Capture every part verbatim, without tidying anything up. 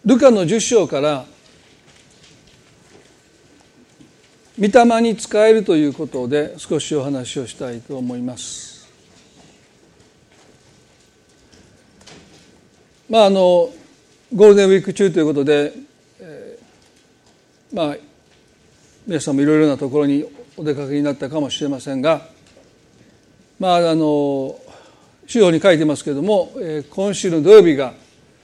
ルカのじゅっ章から御霊に仕えるということで少しお話をしたいと思います。まああのゴールデンウィーク中ということで、えー、まあ皆さんもいろいろなところにお出かけになったかもしれませんが、まああの資料に書いてますけれども、えー、今週の土曜日が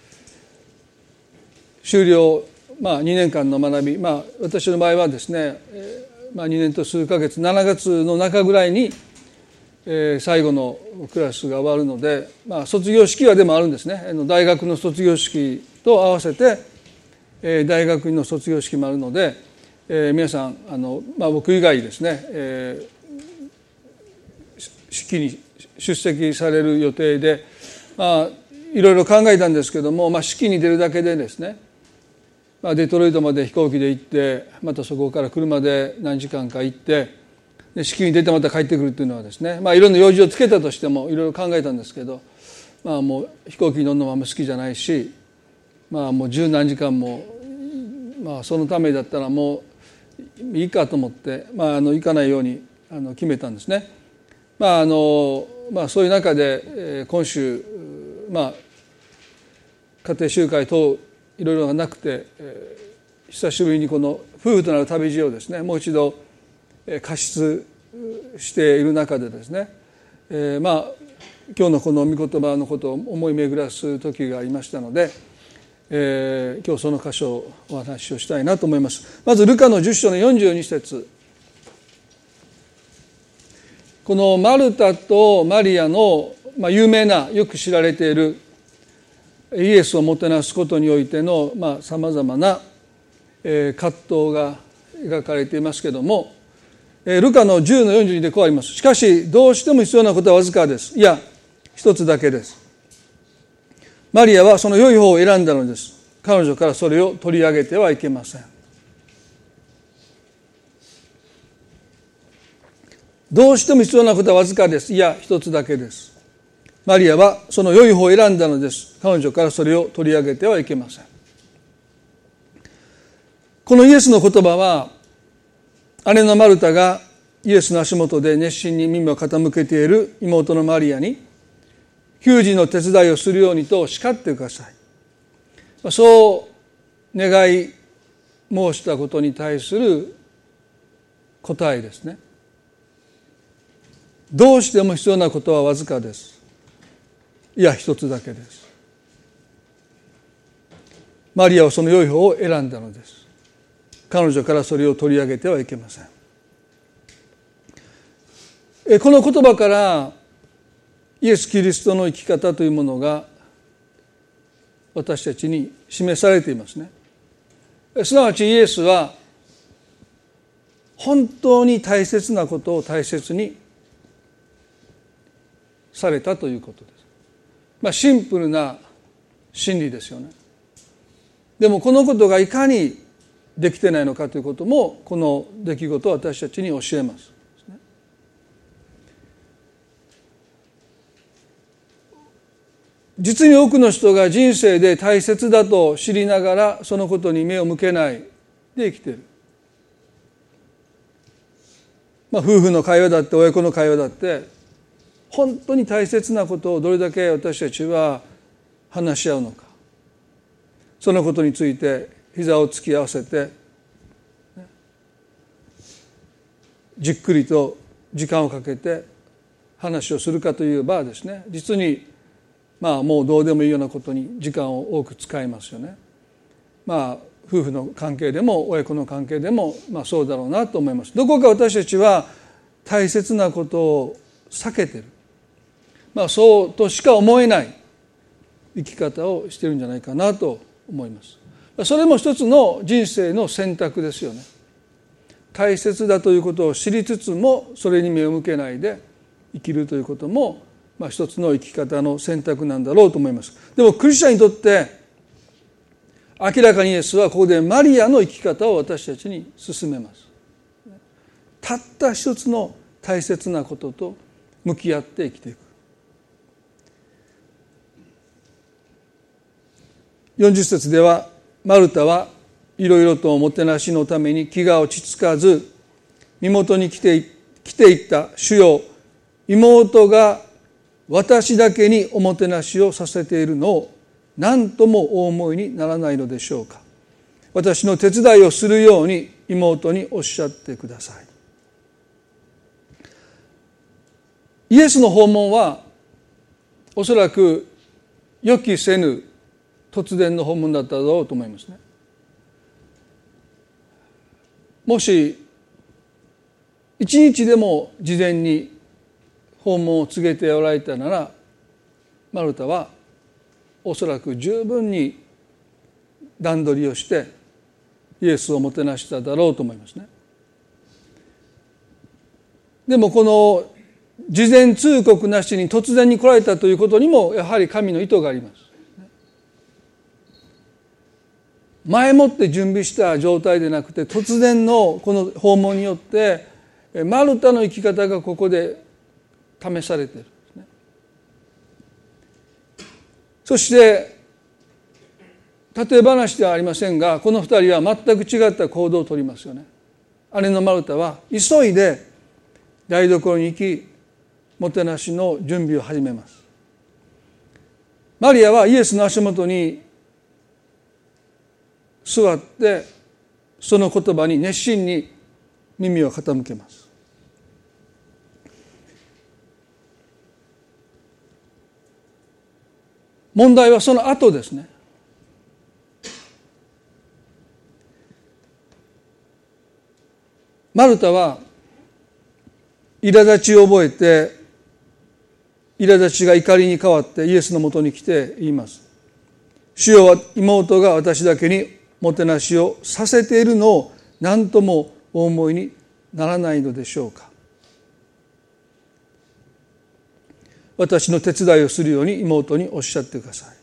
終了、まあ、にねんかんの学び、まあ、私の場合はですね、えーまあ、にねんと数ヶ月、しちがつの中ぐらいに、えー、最後のクラスが終わるので、まあ、卒業式はでもあるんですね。大学の卒業式と合わせて、えー、大学の卒業式もあるので、えー、皆さんあの、まあ、僕以外ですね、えー、式に出席される予定で、まあ、いろいろ考えたんですけども、まあ、式に出るだけでですね、まあ、デトロイトまで飛行機で行って、またそこから車で何時間か行って、で式に出てまた帰ってくるというのはですね、まあ、いろんな用事をつけたとしてもいろいろ考えたんですけど、まあ、もう飛行機に乗るのもあんま好きじゃないし、まあ、もう十何時間も、まあ、そのためだったらもういいかと思って、まあ、あの行かないようにあの決めたんですね。まああのまあ、そういう中で、えー、今週、まあ、家庭集会等いろいろがなくて、えー、久しぶりにこの夫婦となる旅路をですねもう一度、えー、加湿している中でですね、えー、まあ今日のこの御言葉のことを思い巡らす時がありましたので、えー、今日その箇所をお話をしたいなと思います。まずルカのじゅっ章のよんじゅうに節、このマルタとマリアの、まあ、有名なよく知られているイエスをもてなすことにおいてのさまざ、まな、えー、葛藤が描かれていますけれども、えー、ルカのじゅうのよんじゅうにでこうあります。しかしどうしても必要なことはわずかです。いや一つだけです。マリアはその良い方を選んだのです。彼女からそれを取り上げてはいけません。どうしても必要なことはわずかです。いや一つだけです。マリアはその良い方を選んだのです。彼女からそれを取り上げてはいけません。このイエスの言葉は、姉のマルタがイエスの足元で熱心に耳を傾けている妹のマリアに給仕の手伝いをするようにと叱ってください。そう願い申したことに対する答えですね。どうしても必要なことはわずかです。いや一つだけです。マリアはその良い方を選んだのです。彼女からそれを取り上げてはいけません。この言葉からイエス・キリストの生き方というものが私たちに示されていますね。すなわちイエスは本当に大切なことを大切にされたということです。まあ、シンプルな真理ですよね。でもこのことがいかにできてないのかということもこの出来事を私たちに教えます。実に多くの人が人生で大切だと知りながらそのことに目を向けないで生きている。まあ、夫婦の会話だって親子の会話だって本当に大切なことをどれだけ私たちは話し合うのか、そのことについて膝を突き合わせてじっくりと時間をかけて話をするかといえばですね、実にまあもうどうでもいいようなことに時間を多く使いますよね。まあ夫婦の関係でも親子の関係でもまあそうだろうなと思います。どこか私たちは大切なことを避けている、まあそうとしか思えない生き方をしているんじゃないかなと思います。それも一つの人生の選択ですよね。大切だということを知りつつもそれに目を向けないで生きるということも、まあ、一つの生き方の選択なんだろうと思います。でもクリスチャンにとって明らかにイエスはここでマリアの生き方を私たちに勧めます。たった一つの大切なことと向き合って生きていく。よんじゅっ節ではマルタはいろいろとおもてなしのために気が落ち着かず、身元に来て来ていった。主よ、妹が私だけにおもてなしをさせているのを何ともお思いにならないのでしょうか。私の手伝いをするように妹におっしゃってください。イエスの訪問はおそらく予期せぬ突然の訪問だっただろうと思いますね。もし一日でも事前に訪問を告げておられたなら、マルタはおそらく十分に段取りをしてイエスをもてなしただろうと思いますね。でもこの事前通告なしに突然に来られたということにもやはり神の意図があります。前もって準備した状態でなくて、突然のこの訪問によってマルタの生き方がここで試されているんですね。そして例え話ではありませんが、この二人は全く違った行動をとりますよね。姉のマルタは急いで台所に行き、もてなしの準備を始めます。マリアはイエスの足元に座ってその言葉に熱心に耳を傾けます。問題はその後ですね。マルタは苛立ちを覚えて、苛立ちが怒りに変わってイエスのもとに来て言います。主よ、妹が私だけにもてなしをさせているのを何ともお思いにならないのでしょうか。私の手伝いをするように妹におっしゃってください。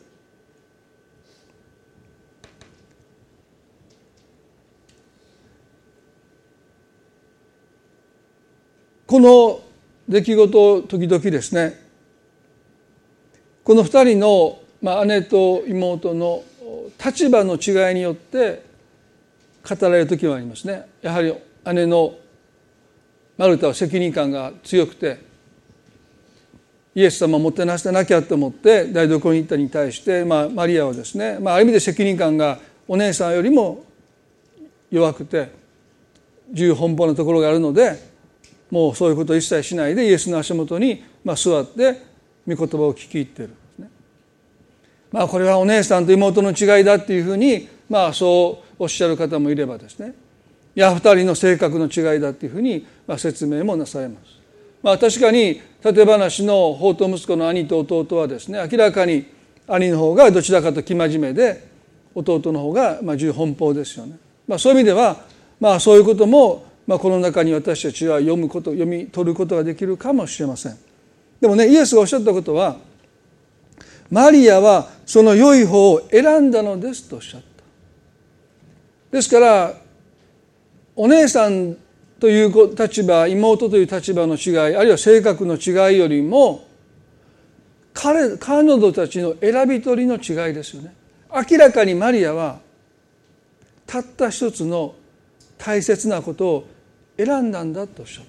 この出来事を時々ですね、この二人の、まあ、姉と妹の立場の違いによって語られる時もありますね。やはり姉のマルタは責任感が強くて、イエス様をもてなしてなきゃと思って台所に行ったに対して、まあ、マリアはですね、まあ、ある意味で責任感がお姉さんよりも弱くて自由奔放なところがあるので、もうそういうことを一切しないでイエスの足元にまあ座って御言葉を聞き入っているんですね。まあこれはお姉さんと妹の違いだっていうふうにまあそうおっしゃる方もいればですね、いや二人の性格の違いだっていうふうにまあ説明もなされます。まあ確かに例え話の法と息子の兄と弟はですね、明らかに兄の方がどちらかと生真面目で、弟の方がまあ自由奔放ですよね。まあそういう意味ではまあそういうこともまあ、この中に私たちは読むこと読み取ることができるかもしれません。でもね、イエスがおっしゃったことは、マリアはその良い方を選んだのですとおっしゃった。ですからお姉さんという立場、妹という立場の違い、あるいは性格の違いよりも彼彼女たちの選び取りの違いですよね。明らかにマリアはたった一つの大切なことを選んだんだとおっしゃった、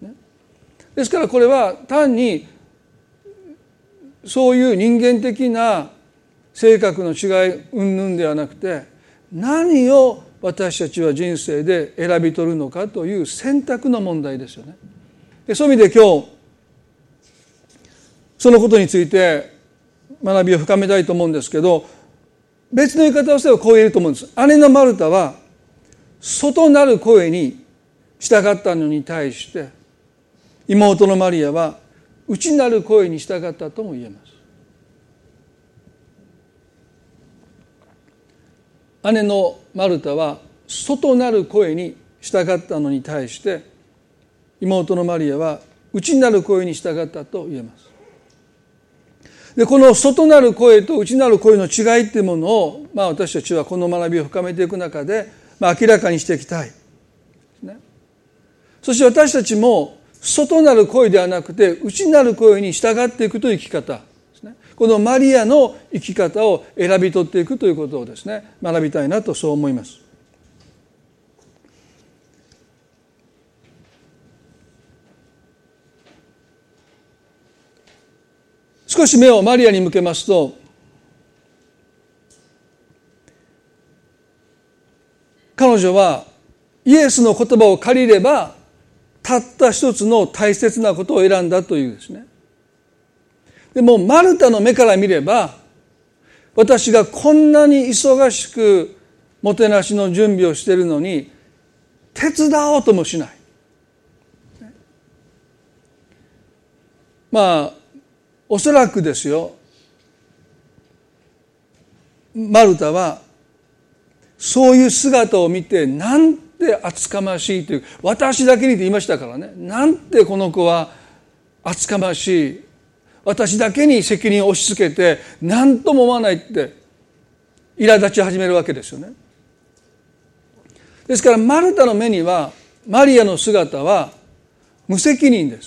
ね、ですからこれは単にそういう人間的な性格の違い云々ではなくて、何を私たちは人生で選び取るのかという選択の問題ですよね。でそういう意味で今日そのことについて学びを深めたいと思うんですけど、別の言い方をすればこう言えると思うんです。姉のマルタは外なる声に従ったのに対して、妹のマリアは内なる声に従ったとも言えます。姉のマルタは外なる声に従ったのに対して、妹のマリアは内なる声に従ったと言えます。でこの外なる声と内なる声の違いっていうものを、まあ、私たちはこの学びを深めていく中で、まあ、明らかにしていきたい、ね、そして私たちも外なる声ではなくて内なる声に従っていくという生き方ですね。 このマリアの生き方を選び取っていくということをですね、学びたいなとそう思います。少し目をマリアに向けますと、彼女はイエスの言葉を借りればたった一つの大切なことを選んだというですね。でもマルタの目から見れば、私がこんなに忙しくもてなしの準備をしているのに手伝おうともしない。まあおそらくですよ、マルタはそういう姿を見て、なんて厚かましいという、私だけにと言いましたからね、なんてこの子は厚かましい、私だけに責任を押し付けて何とも思わないって苛立ち始めるわけですよね。ですからマルタの目にはマリアの姿は無責任です、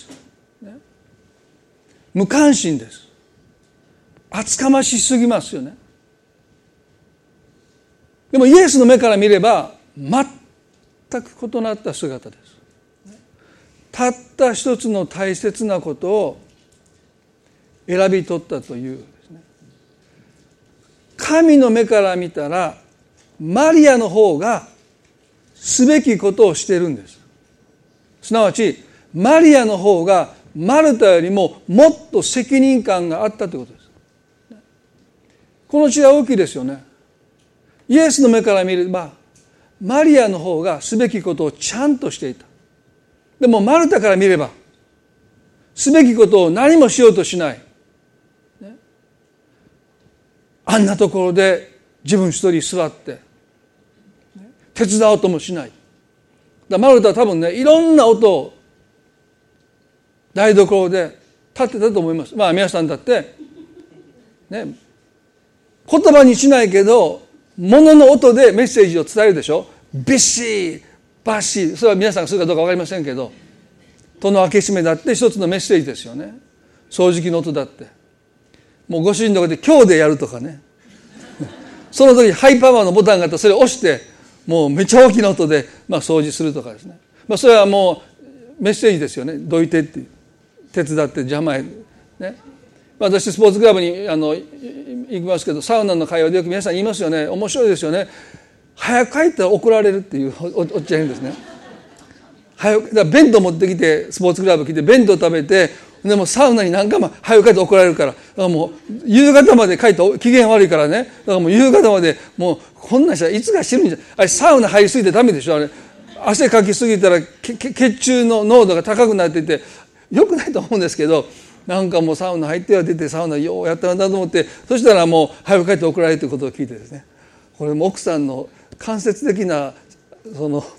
無関心です。厚かましすぎますよね。でもイエスの目から見れば全く異なった姿です。たった一つの大切なことを選び取ったというですね。神の目から見たらマリアの方がすべきことをしているんです。すなわちマリアの方がマルタよりももっと責任感があったということです。この違いは大きいですよね。イエスの目から見ればマリアの方がすべきことをちゃんとしていた。でもマルタから見ればすべきことを何もしようとしない、ね、あんなところで自分一人座って、ね、手伝おうともしない。だマルタは多分ね、いろんな音を台所で立ってたと思います。まあ皆さんだってね、言葉にしないけど物の音でメッセージを伝えるでしょ。ビッシーバッシー、それは皆さんがするかどうか分かりませんけど、戸の開け閉めだって一つのメッセージですよね。掃除機の音だって、もうご主人のところで今日でやるとかねその時ハイパワーのボタンがあってそれを押してもうめっちゃ大きな音で、まあ、掃除するとかですね、まあ、それはもうメッセージですよね。どいてって手伝って邪魔へね。私スポーツクラブにあの行きますけど、サウナの会話でよく皆さん言いますよね。面白いですよね。早く帰ったら怒られるっていう お, おっちゃいるんですね。早くだから弁当持ってきてスポーツクラブ来て弁当食べて、でもサウナに何回も早く帰って怒られるから、だからもう夕方まで帰って機嫌悪いからね、だからもう夕方までもうこんな人はいつか死ぬんじゃ、あれサウナ入りすぎてダメでしょ。あれ汗かきすぎたら血中の濃度が高くなっていて良くないと思うんですけど、なんかもうサウナ入っては出てサウナようやったんだと思って、そしたらもう早く帰って怒られるということを聞いてですね、これも奥さんの間接的なその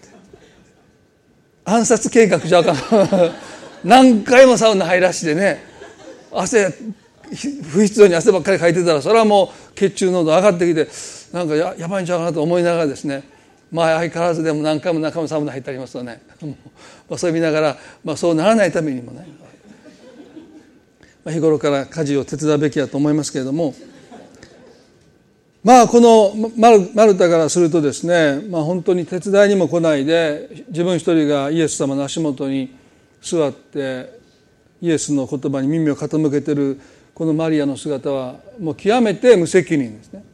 暗殺計画じゃあかん何回もサウナ入らしてね、汗不必要に汗ばっかりかいてたら、それはもう血中濃度上がってきてなんか や, やばいんちゃうかなと思いながらですね、まあ相変わらずでも何回も何回もサウナ入ってありますとねまあそれ見ながら、まあ、そうならないためにもね、日頃から家事を手伝うべきだと思いますけれども、まあこのマ ル, マルタからするとですね、まあ、本当に手伝いにも来ないで自分一人がイエス様の足元に座ってイエスの言葉に耳を傾けているこのマリアの姿はもう極めて無責任ですね。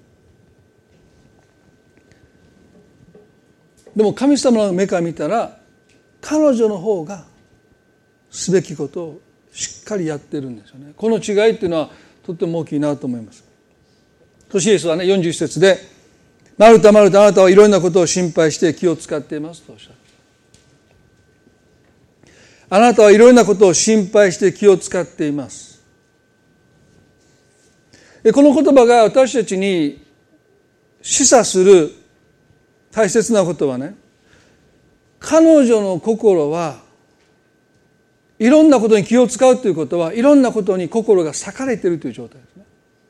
でも神様の目から見たら彼女の方がすべきことをしっかりやってるんですよね。この違いっていうのはとっても大きいなと思います。そしてイエスはね、よんじゅういち節でマルタマルタ、あなたはいろんなことを心配して気を使っていますとおっしゃる。あなたはいろんなことを心配して気を使っています。この言葉が私たちに示唆する大切なことはね、彼女の心はいろんなことに気を使うということは、いろんなことに心が裂かれているという状態ですね。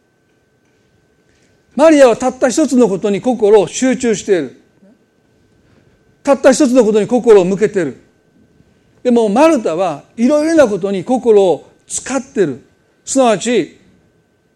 マリアはたった一つのことに心を集中している。たった一つのことに心を向けている。でもマルタはいろいろなことに心を使っている。すなわち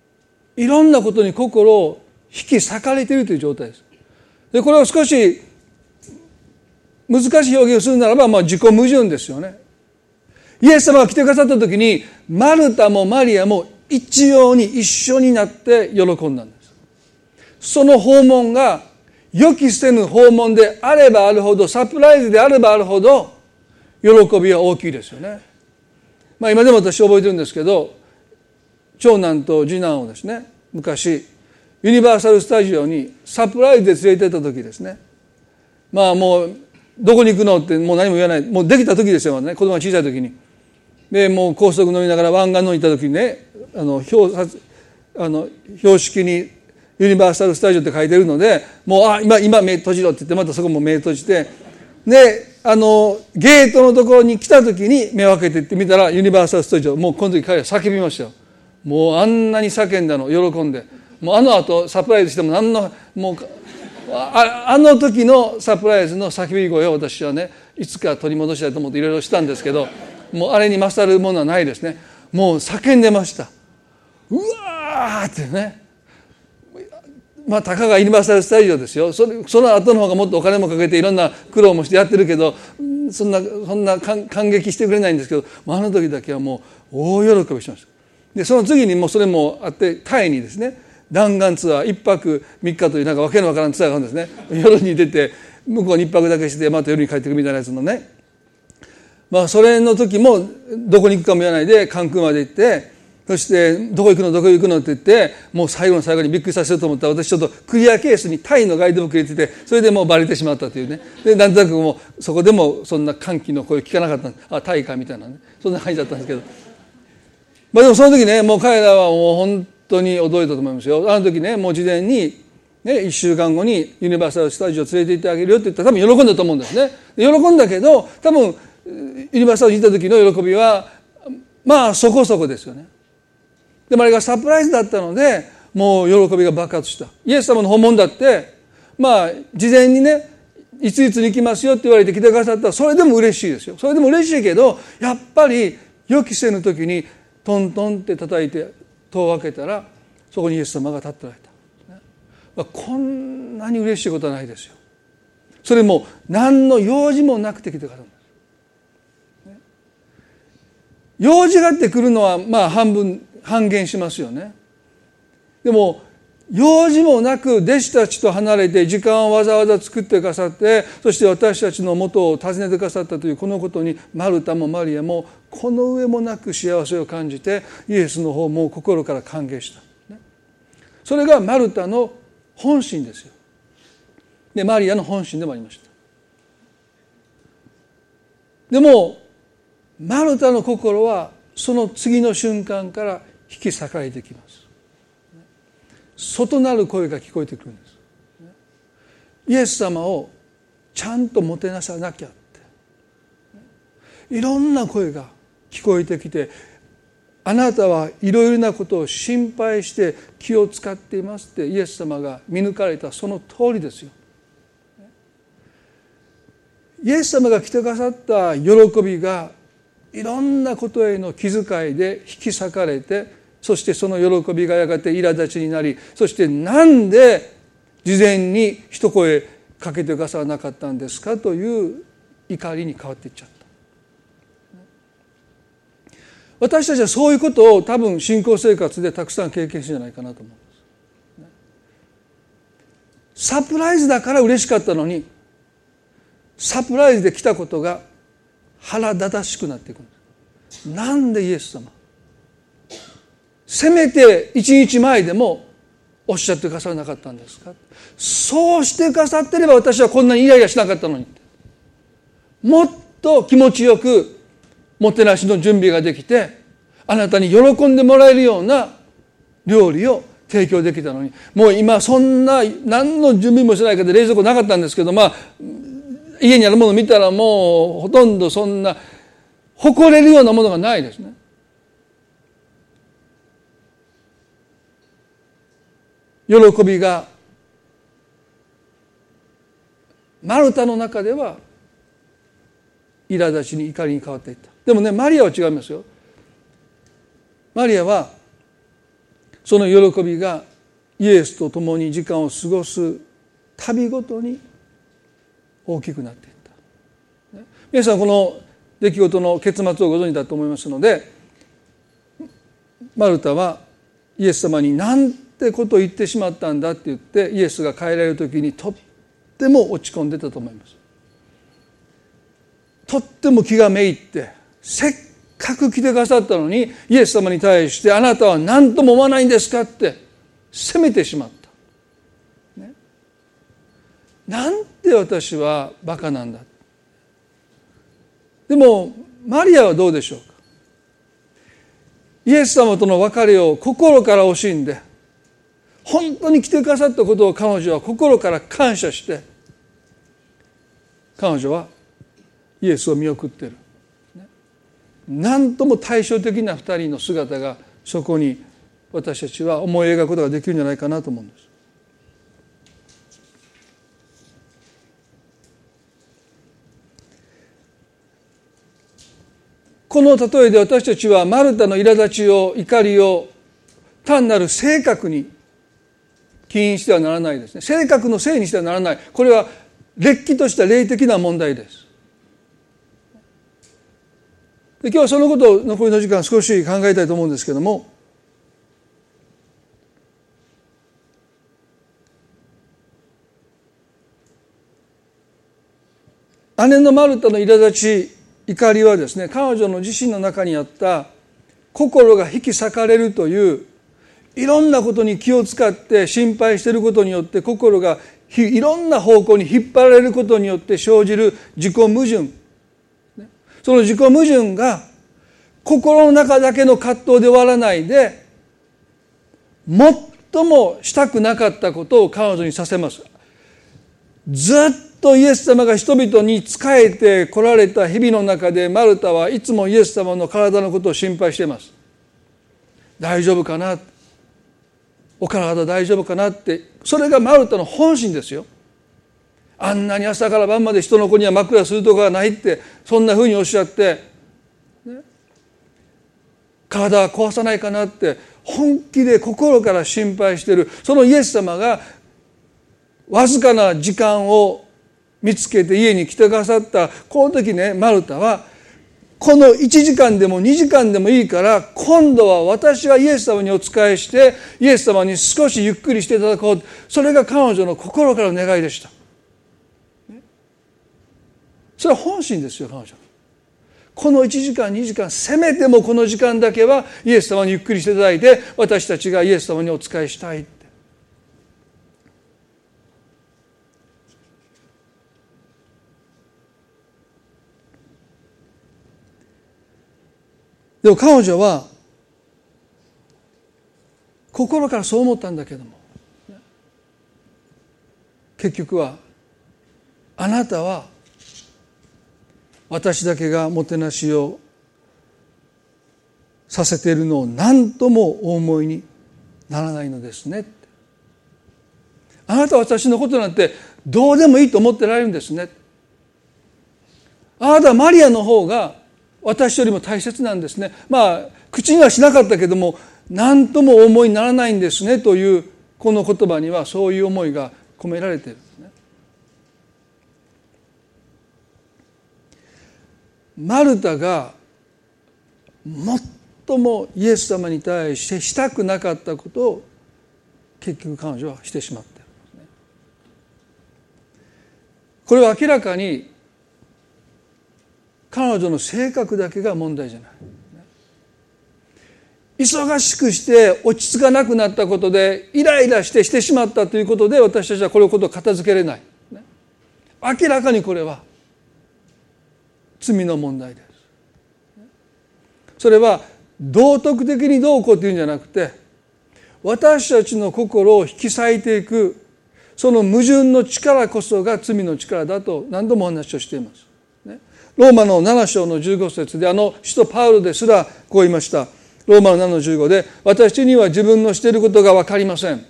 いろんなことに心を引き裂かれているという状態です。でこれを少し難しい表現をするならば、まあ、自己矛盾ですよね。イエス様が来てくださった時にマルタもマリアも一様に一緒になって喜んだんです。その訪問が予期せぬ訪問であればあるほど、サプライズであればあるほど喜びは大きいですよね。まあ、今でも私覚えてるんですけど、長男と次男をですね、昔ユニバーサルスタジオにサプライズで連れてった時ですね、まあもうどこに行くのってもう何も言わない、もうできた時ですよね、子供が小さい時に。でもう高速乗りながら湾岸乗りに行った時にね、あの標あの標識にユニバーサルスタジオって書いてるので、もうあ今今目閉じろって言ってまたそこも目閉じて、であのゲートのところに来た時に目を開けてって見たらユニバーサルスタジオ、もうこの時彼は叫びましたよ。もうあんなに叫んだの喜んで、もうあの後サプライズしても何のもう あ, あの時のサプライズの叫び声を私はねいつか取り戻したいと思っていろいろしたんですけど、もうあれに勝るものはないですね。もう叫んでました。うわーってね。まあたかがユニバーサルスタジオですよ。それその後の方がもっとお金もかけていろんな苦労もしてやってるけど、そんなそんな感激してくれないんですけど、あの時だけはもう大喜びしました。でその次にもうそれもあってタイにですね、弾丸ツアーいっぱくみっかというなんかわけのわからんツアーがあるんですね。夜に出て向こうにいっぱくだけしてまた夜に帰ってくるみたいなやつのね。まあそれの時もどこに行くかも言わないでカンクンまで行って、そしてどこ行くのどこ行くのって言って、もう最後の最後にびっくりさせようと思ったら、私ちょっとクリアケースにタイのガイドブック入れてて、それでもうバレてしまったというね。でなんとなくもうそこでもそんな歓喜の声聞かなかったんです。あタイかみたいなね、そんな感じだったんですけど、まあでもその時ね、もう彼らはもう本当に驚いたと思いますよ。あの時ね、もう事前にね、いっしゅうかんごにユニバーサルスタジオ連れて行ってあげるよって言ったら多分喜んだと思うんですね。喜んだけど多分ユニバーサルに行った時の喜びはまあそこそこですよね。でもあれがサプライズだったのでもう喜びが爆発した。イエス様の訪問だってまあ事前にねいついつに行きますよって言われて来てくださったらそれでも嬉しいですよ。それでも嬉しいけどやっぱり予期せぬ時にトントンって叩いて戸を開けたらそこにイエス様が立っておられた。まあ、こんなに嬉しいことはないですよ。それも何の用事もなくて来てくださるんです。用事があって来るのはまあ半分半減しますよね。でも用事もなく弟子たちと離れて時間をわざわざ作ってくださって、そして私たちの元を訪ねてくださったというこのことにマルタもマリアもこの上もなく幸せを感じてイエスの方も心から歓迎した。それがマルタの本心ですよ。でマリアの本心でもありました。でもマルタの心はその次の瞬間から引き裂かれてきます。外なる声が聞こえてくるんです。イエス様をちゃんともてなさなきゃっていろんな声が聞こえてきて、あなたはいろいろなことを心配して気を使っていますってイエス様が見抜かれたその通りですよ。イエス様が来てくださった喜びがいろんなことへの気遣いで引き裂かれて、そしてその喜びがやがて苛立ちになり、そしてなんで事前に一声かけてくださらなかったんですかという怒りに変わっていっちゃった。私たちはそういうことを多分信仰生活でたくさん経験するんじゃないかなと思うんです。サプライズだから嬉しかったのに、サプライズで来たことが腹立たしくなっていくんです。なんでイエス様、せめて一日前でもおっしゃってくださらなかったんですか。そうしてくださってれば私はこんなにイライラしなかったのに、もっと気持ちよくもてなしの準備ができてあなたに喜んでもらえるような料理を提供できたのに、もう今そんな何の準備もしないから冷蔵庫なかったんですけど、まあ家にあるものを見たらもうほとんどそんな誇れるようなものがないですね。喜びがマルタの中では苛立ちに怒りに変わっていった。でもね、マリアは違いますよ。マリアはその喜びがイエスと共に時間を過ごす旅ごとに大きくなっていった。皆さんこの出来事の結末をご存知だと思いますので、マルタはイエス様になんてことを言ってしまったんだって言ってイエスが帰られる時にとっても落ち込んでたと思います。とっても気がめいって、せっかく来てくださったのにイエス様に対してあなたは何とも思わないんですかって責めてしまった、ね、なんて私はバカなんだ。でもマリアはどうでしょうか。イエス様との別れを心から惜しんで、本当に来てくださったことを彼女は心から感謝して、彼女はイエスを見送っている。何とも対照的な二人の姿がそこに私たちは思い描くことができるんじゃないかなと思うんです。この例えで私たちはマルタの苛立ちを怒りを単なる性格に起因してはならないですね。性格のせいにしてはならない。これはれっきとした霊的な問題です。で今日はそのことを残りの時間少し考えたいと思うんですけども、姉のマルタの苛立ち怒りはですね、彼女の自身の中にあった心が引き裂かれるといういろんなことに気を使って心配していることによって心がいろんな方向に引っ張られることによって生じる自己矛盾、その自己矛盾が心の中だけの葛藤で終わらないで、最もしたくなかったことを彼女にさせます。ずっとイエス様が人々に仕えて来られた日々の中で、マルタはいつもイエス様の体のことを心配しています。大丈夫かな、お体大丈夫かなって、それがマルタの本心ですよ。あんなに朝から晩まで人の子には枕するとこがないって、そんなふうにおっしゃって、ね、体は壊さないかなって本気で心から心配している、そのイエス様がわずかな時間を見つけて家に来てくださったこの時ね、マルタはこのいちじかんでもにじかんでもいいから、今度は私がイエス様にお仕えしてイエス様に少しゆっくりしていただこう、それが彼女の心からの願いでした。それは本心ですよ。彼女このいちじかんにじかん、せめてもこの時間だけはイエス様にゆっくりしていただいて、私たちがイエス様にお仕えしたいって。でも彼女は心からそう思ったんだけども、結局はあなたは私だけがもてなしをさせているのを何ともお思いにならないのですねって。あなたは私のことなんてどうでもいいと思ってられるんですね。あなたはマリアの方が私よりも大切なんですね。まあ口にはしなかったけども何ともお思いにならないんですねというこの言葉にはそういう思いが込められているんですね。マルタが最もイエス様に対してしたくなかったことを結局彼女はしてしまっているんですね。これは明らかに彼女の性格だけが問題じゃない。忙しくして落ち着かなくなったことでイライラしてしてしまったということで私たちはこのことを片付けれない。明らかにこれは罪の問題です。それは道徳的にどうこうというんじゃなくて、私たちの心を引き裂いていくその矛盾の力こそが罪の力だと何度もお話をしています。ローマのなな章のじゅうご節であの使徒パウロですらこう言いました。ローマのななのじゅうごで、私には自分のしていることが分かりません。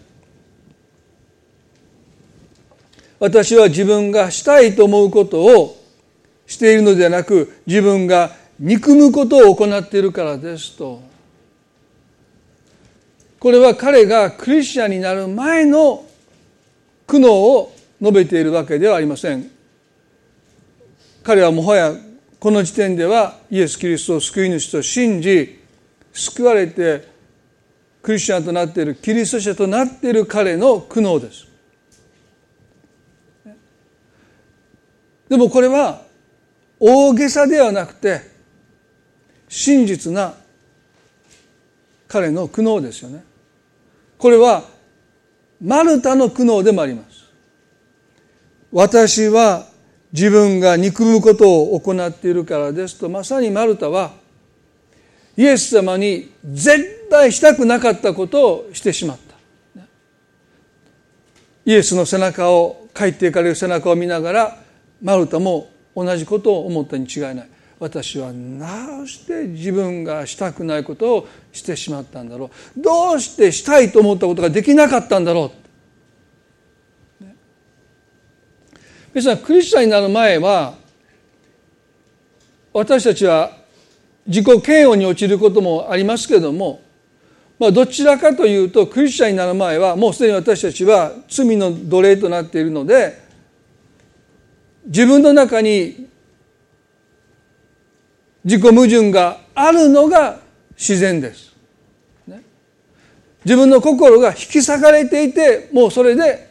私は自分がしたいと思うことをしているのではなく、自分が憎むことを行っているからですと。 これは彼がクリスチャンになる前の苦悩を述べているわけではありません。彼はもはやこの時点ではイエス・キリストを救い主と信じ、救われてクリスチャンとなっている、キリスト者となっている彼の苦悩です。でもこれは大げさではなくて真実な彼の苦悩ですよね。これはマルタの苦悩でもあります。私は自分が憎むことを行っているからですと、まさにマルタはイエス様に絶対したくなかったことをしてしまった。イエスの背中を、帰っていかれる背中を見ながらマルタも同じことを思ったに違いない。私はなして自分がしたくないことをしてしまったんだろう。どうしてしたいと思ったことができなかったんだろう。皆さん、クリスチャンになる前は私たちは自己嫌悪に陥ることもありますけれども、まあ、どちらかというとクリスチャンになる前はもうすでに私たちは罪の奴隷となっているので、自分の中に自己矛盾があるのが自然です、ね、自分の心が引き裂かれていて、もうそれで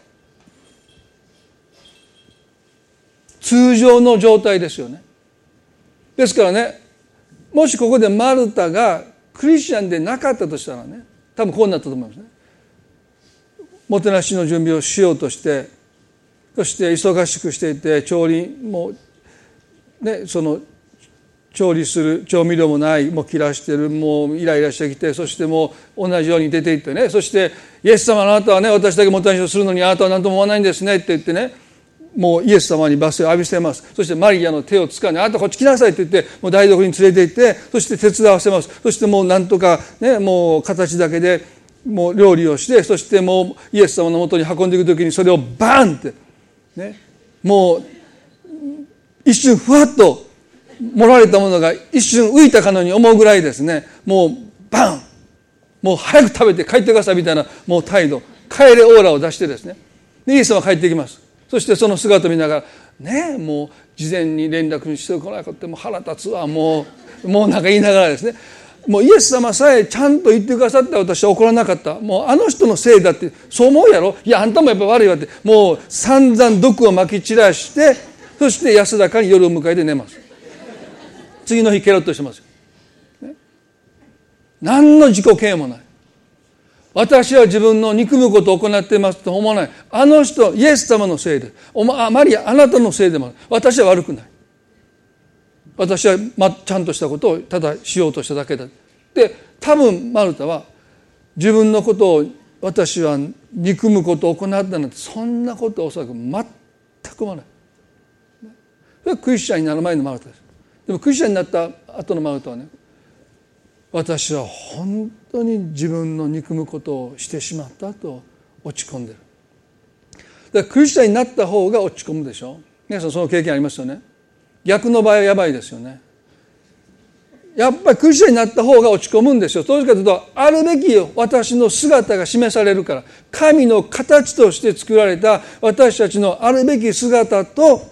通常の状態ですよね。ですからね、もしここでマルタがクリスチャンでなかったとしたらね、多分こうなったと思いますね。もてなしの準備をしようとして、そして忙しくしていて、調理もね、その調理する調味料もない、もう切らしてる、もうイライラしてきて、そしてもう同じように出ていってね、そしてイエス様、あなたはね、私だけもてなしをするのにあなたは何とも思わないんですねって言ってね、もうイエス様に罰声を浴びせます。そしてマリアの手をつかんで、あなたこっち来なさいって言って、もう台所に連れて行って、そして手伝わせます。そしてもうなんとかね、もう形だけでもう料理をして、そしてもうイエス様のもとに運んでいくときにそれをバーンってね、もう一瞬ふわっと盛られたものが一瞬浮いたかのように思うぐらいですね、もうバン、もう早く食べて帰ってくださいみたいなもう態度、帰れオーラを出してですね、でイエス様は帰ってきます。そしてその姿を見ながらね、もう事前に連絡してこないかってもう腹立つわ、もうもうなんか言いながらですね、もうイエス様さえちゃんと言ってくださったら私は怒らなかった、もうあの人のせいだって、そう思うやろ、いやあんたもやっぱ悪いわって、もう散々毒をまき散らして、そして安らかに夜を迎えて寝ます。次の日ケロッとしてますよ、ね、何の自己嫌悪もない。私は自分の憎むことを行っていますと思わない。あの人、イエス様のせいで、おま、マリア、あなたのせいでもある。私は悪くない。私は、ま、ちゃんとしたことをただしようとしただけだ。で、多分マルタは自分のことを私は憎むことを行ったなんて、そんなことはおそらく全く思わない。それはクリスチャンになる前のマルタです。でもクリスチャンになった後のマルタはね、私は本当に自分の憎むことをしてしまったと落ち込んでる。だからクリスチャンになった方が落ち込むでしょ。皆さんその経験ありますよね。逆の場合はやばいですよね。やっぱりクリスチャンになった方が落ち込むんですよ。どういうかというと、あるべき私の姿が示されるから、神の形として作られた私たちのあるべき姿と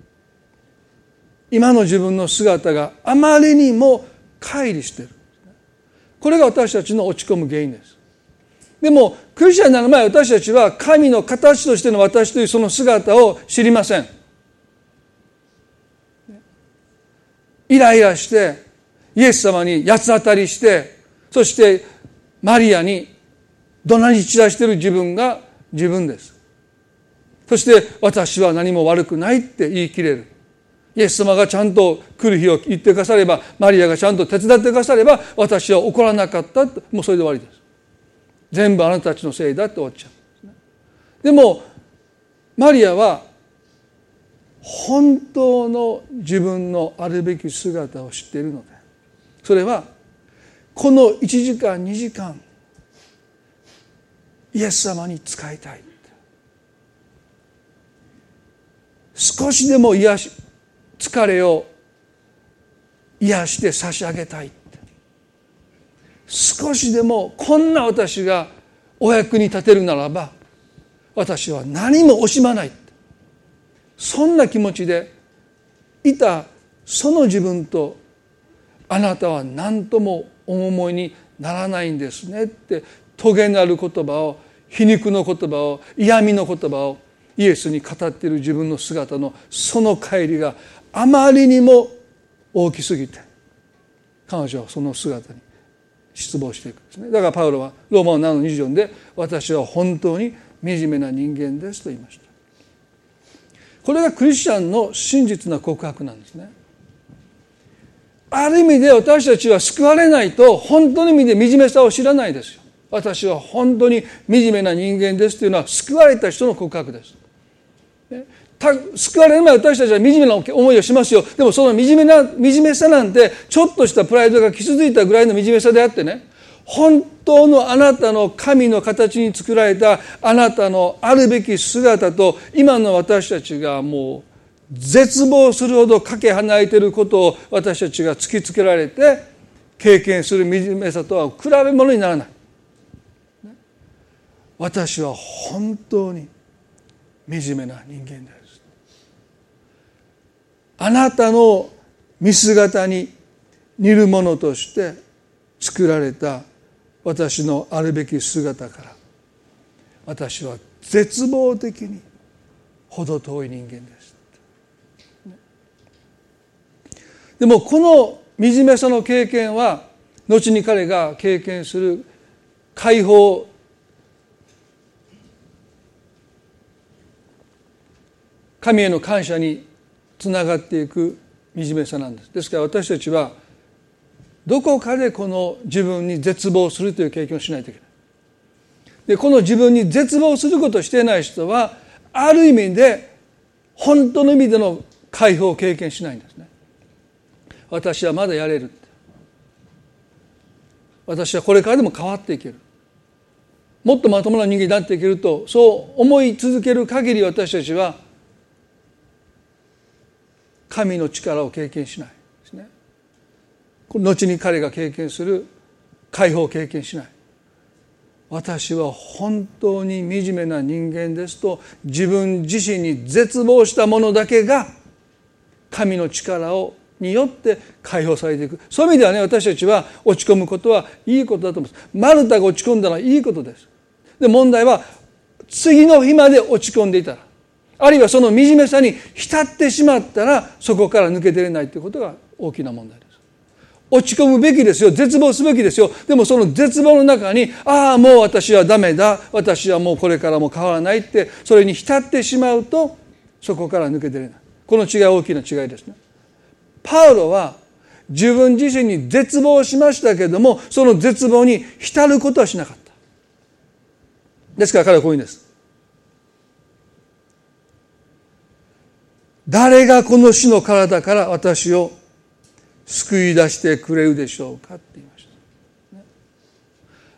今の自分の姿があまりにも乖離している。これが私たちの落ち込む原因です。でもクリスチャンになる前、私たちは神の形としての私というその姿を知りません。イライラしてイエス様に八つ当たりして、そしてマリアに怒鳴り散らしている自分が自分です。そして私は何も悪くないって言い切れる。イエス様がちゃんと来る日を言ってくだされば、マリアがちゃんと手伝ってくだされば、私は怒らなかったって、もうそれで終わりです。全部あなたたちのせいだって終わっちゃう。でもマリアは本当の自分のあるべき姿を知っているので、それはこのいちじかんにじかんイエス様に仕えたい、少しでも癒し疲れを癒して差し上げたい、少しでもこんな私がお役に立てるならば私は何も惜しまない、そんな気持ちでいたその自分とあなたは何ともお思いにならないんですねって、棘なる言葉を、皮肉の言葉を、嫌味の言葉をイエスに語っている自分の姿のその乖離があまりにも大きすぎて、彼女はその姿に失望していくんですね。だからパウロはローマのななのにじゅうよんで、私は本当に惨めな人間ですと言いました。これがクリスチャンの真実な告白なんですね。ある意味で私たちは救われないと本当の意味で惨めさを知らないですよ。私は本当に惨めな人間ですというのは救われた人の告白です。救われる前私たちは惨めな思いをしますよ。でもその惨めな惨めさなんてちょっとしたプライドが傷ついたぐらいの惨めさであってね、本当のあなたの神の形に作られたあなたのあるべき姿と今の私たちがもう絶望するほどかけ離れていることを私たちが突きつけられて経験する惨めさとは比べ物にならない。私は本当に惨めな人間です。あなたの見姿に似るものとして作られた私のあるべき姿から私は絶望的に程遠い人間です。でもこの惨めさの経験は後に彼が経験する解放、神への感謝につながっていく惨めさなんです。ですから私たちはどこかでこの自分に絶望するという経験をしないといけない。でこの自分に絶望することをしていない人はある意味で本当の意味での解放を経験しないんですね。私はまだやれる、私はこれからでも変わっていける、もっとまともな人間になっていけるとそう思い続ける限り私たちは神の力を経験しないですね。後に彼が経験する解放を経験しない。私は本当に惨めな人間ですと自分自身に絶望したものだけが神の力をによって解放されていく。そういう意味ではね、私たちは落ち込むことはいいことだと思います。マルタが落ち込んだのはいいことです。で問題は次の日まで落ち込んでいたら、あるいはその惨めさに浸ってしまったらそこから抜け出れないということが大きな問題です。落ち込むべきですよ、絶望すべきですよ。でもその絶望の中に、ああもう私はダメだ、私はもうこれからも変わらないって、それに浸ってしまうとそこから抜け出れない。この違いは大きな違いですね。パウロは自分自身に絶望しましたけれども、その絶望に浸ることはしなかった。ですから彼はこういうんです。誰がこの死の体から私を救い出してくれるでしょうかって言いました。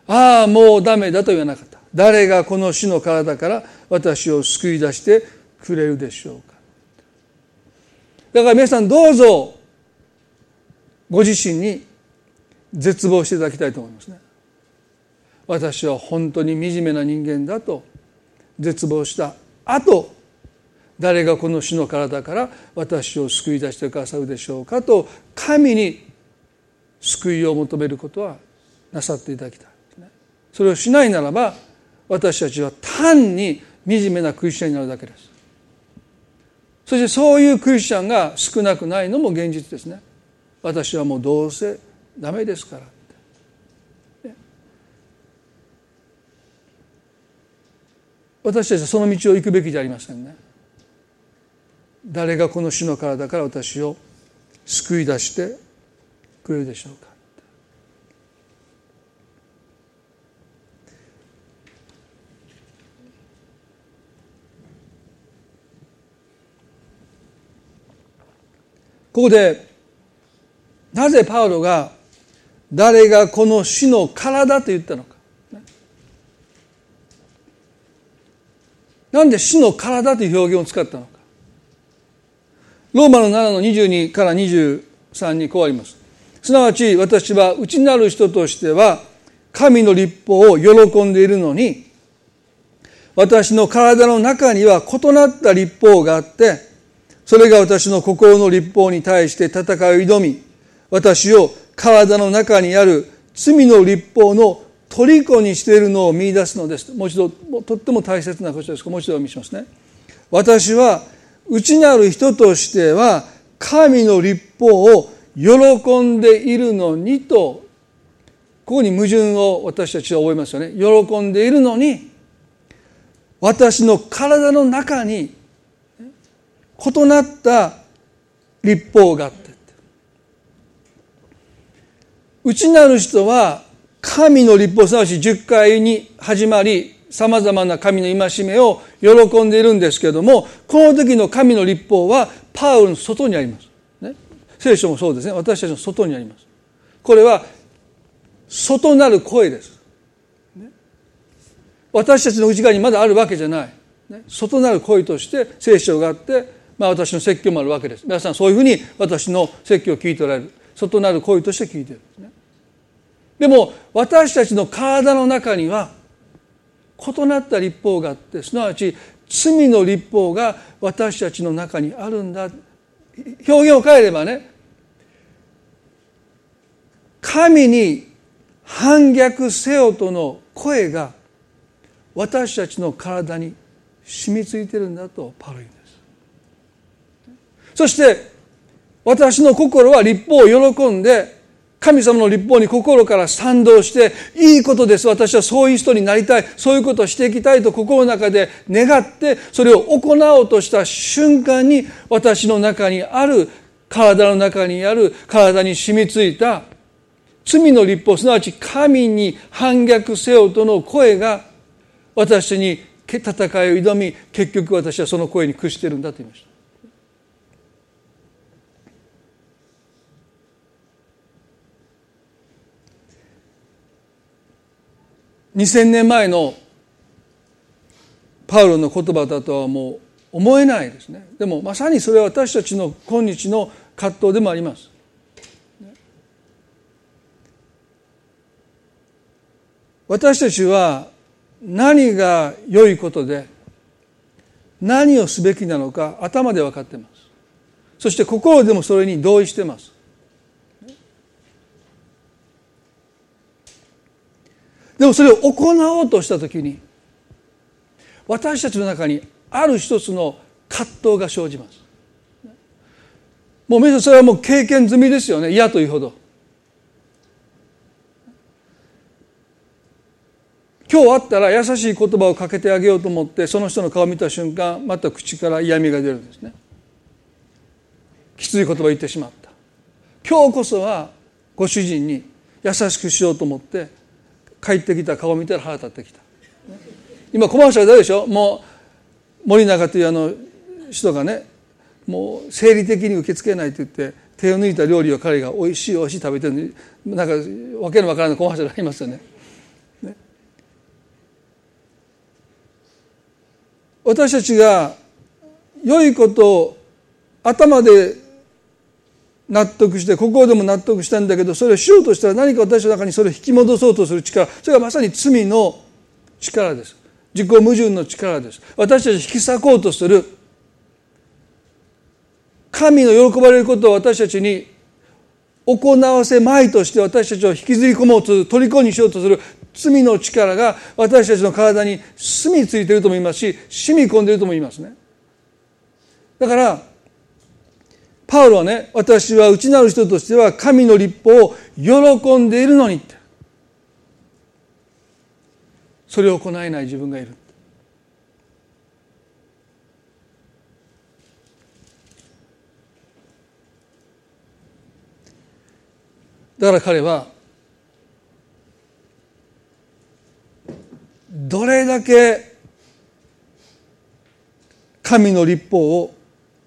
ああもうダメだと言わなかった。誰がこの死の体から私を救い出してくれるでしょうか。だから皆さんどうぞご自身に絶望していただきたいと思いますね。私は本当に惨めな人間だと絶望した後、誰がこの死の体から私を救い出してくださるでしょうかと神に救いを求めることはなさっていただきたいですね。それをしないならば私たちは単に惨めなクリスチャンになるだけです。そしてそういうクリスチャンが少なくないのも現実ですね。私はもうどうせダメですからって、ね、私たちはその道を行くべきじゃありませんね。誰がこの死の体から私を救い出してくれるでしょうか。ここでなぜパウロが誰がこの死の体と言ったのか、なんで死の体という表現を使ったのか。ローマのななのにじゅうにからにじゅうさんにこうあります。すなわち私は内なる人としては神の律法を喜んでいるのに、私の体の中には異なった律法があって、それが私の心の律法に対して戦いを挑み、私を体の中にある罪の律法の虜にしているのを見出すのです。もう一度、とっても大切なことです。もう一度お見せしますね。私は内なる人としては神の律法を喜んでいるのにと、ここに矛盾を私たちは覚えますよね。喜んでいるのに、私の体の中に異なった律法があって、内なる人は神の律法、すなわちじゅっかいに始まり、さまざまな神の戒めを喜んでいるんですけれども、この時の神の律法はパウロの外にあります、ね、聖書もそうですね。私たちの外にあります。これは外なる声です、ね、私たちの内側にまだあるわけじゃない、ね、外なる声として聖書があって、まあ、私の説教もあるわけです。皆さんそういうふうに私の説教を聞いておられる。外なる声として聞いているんですね。でも私たちの体の中には異なった律法があって、すなわち罪の律法が私たちの中にあるんだ。表現を変えればね、神に反逆せよとの声が私たちの体に染みついているんだとパウロ言うんです。そして私の心は律法を喜んで、神様の律法に心から賛同して、いいことです、私はそういう人になりたい、そういうことをしていきたいと心の中で願って、それを行おうとした瞬間に、私の中にある、体の中にある、体に染みついた罪の律法、すなわち神に反逆せよとの声が私に戦いを挑み、結局私はその声に屈しているんだと言いました。にせんねんまえのパウロの言葉だとはもう思えないですね。でもまさにそれは私たちの今日の葛藤でもあります。私たちは何が良いことで何をすべきなのか頭で分かっています。そして心でもそれに同意しています。でもそれを行おうとしたときに、私たちの中にある一つの葛藤が生じます。もう皆さんそれはもう経験済みですよね。嫌というほど。今日会ったら優しい言葉をかけてあげようと思って、その人の顔を見た瞬間、また口から嫌味が出るんですね。きつい言葉を言ってしまった。今日こそはご主人に優しくしようと思って帰ってきた顔を見たら腹立ってきた。今コマーシャルででしょ。もう森永というあの人がね、もう生理的に受け付けないと言って手を抜いた料理を彼が美味しい美味しい食べてるのに、なんかわけのわからないコマーシャルありますよね。ね、私たちが良いことを頭で納得して心でも納得したんだけど、それをしようとしたら何か私の中にそれを引き戻そうとする力、それがまさに罪の力です。自己矛盾の力です。私たちを引き裂こうとする、神の喜ばれることを私たちに行わせまいとして私たちを引きずり込もうとする、虜にしようとする罪の力が私たちの体に住みついているとも言いますし、染み込んでいるとも言いますね。だからパウロはね、私は内なる人としては神の律法を喜んでいるのにって、それを行えない自分がいる。だから彼はどれだけ神の律法を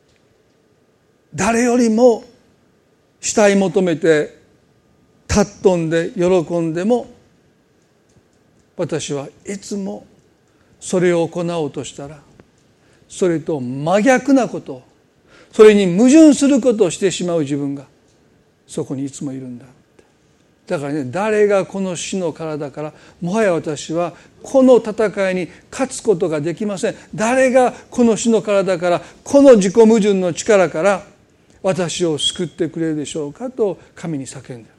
誰よりも慕い求めて尊んで喜んでも、私はいつもそれを行おうとしたらそれと真逆なこと、それに矛盾することをしてしまう自分がそこにいつもいるんだ。 だからね、誰がこの死の体から、もはや私はこの戦いに勝つことができません。誰がこの死の体から、この自己矛盾の力から私を救ってくれるでしょうかと神に叫んでいる。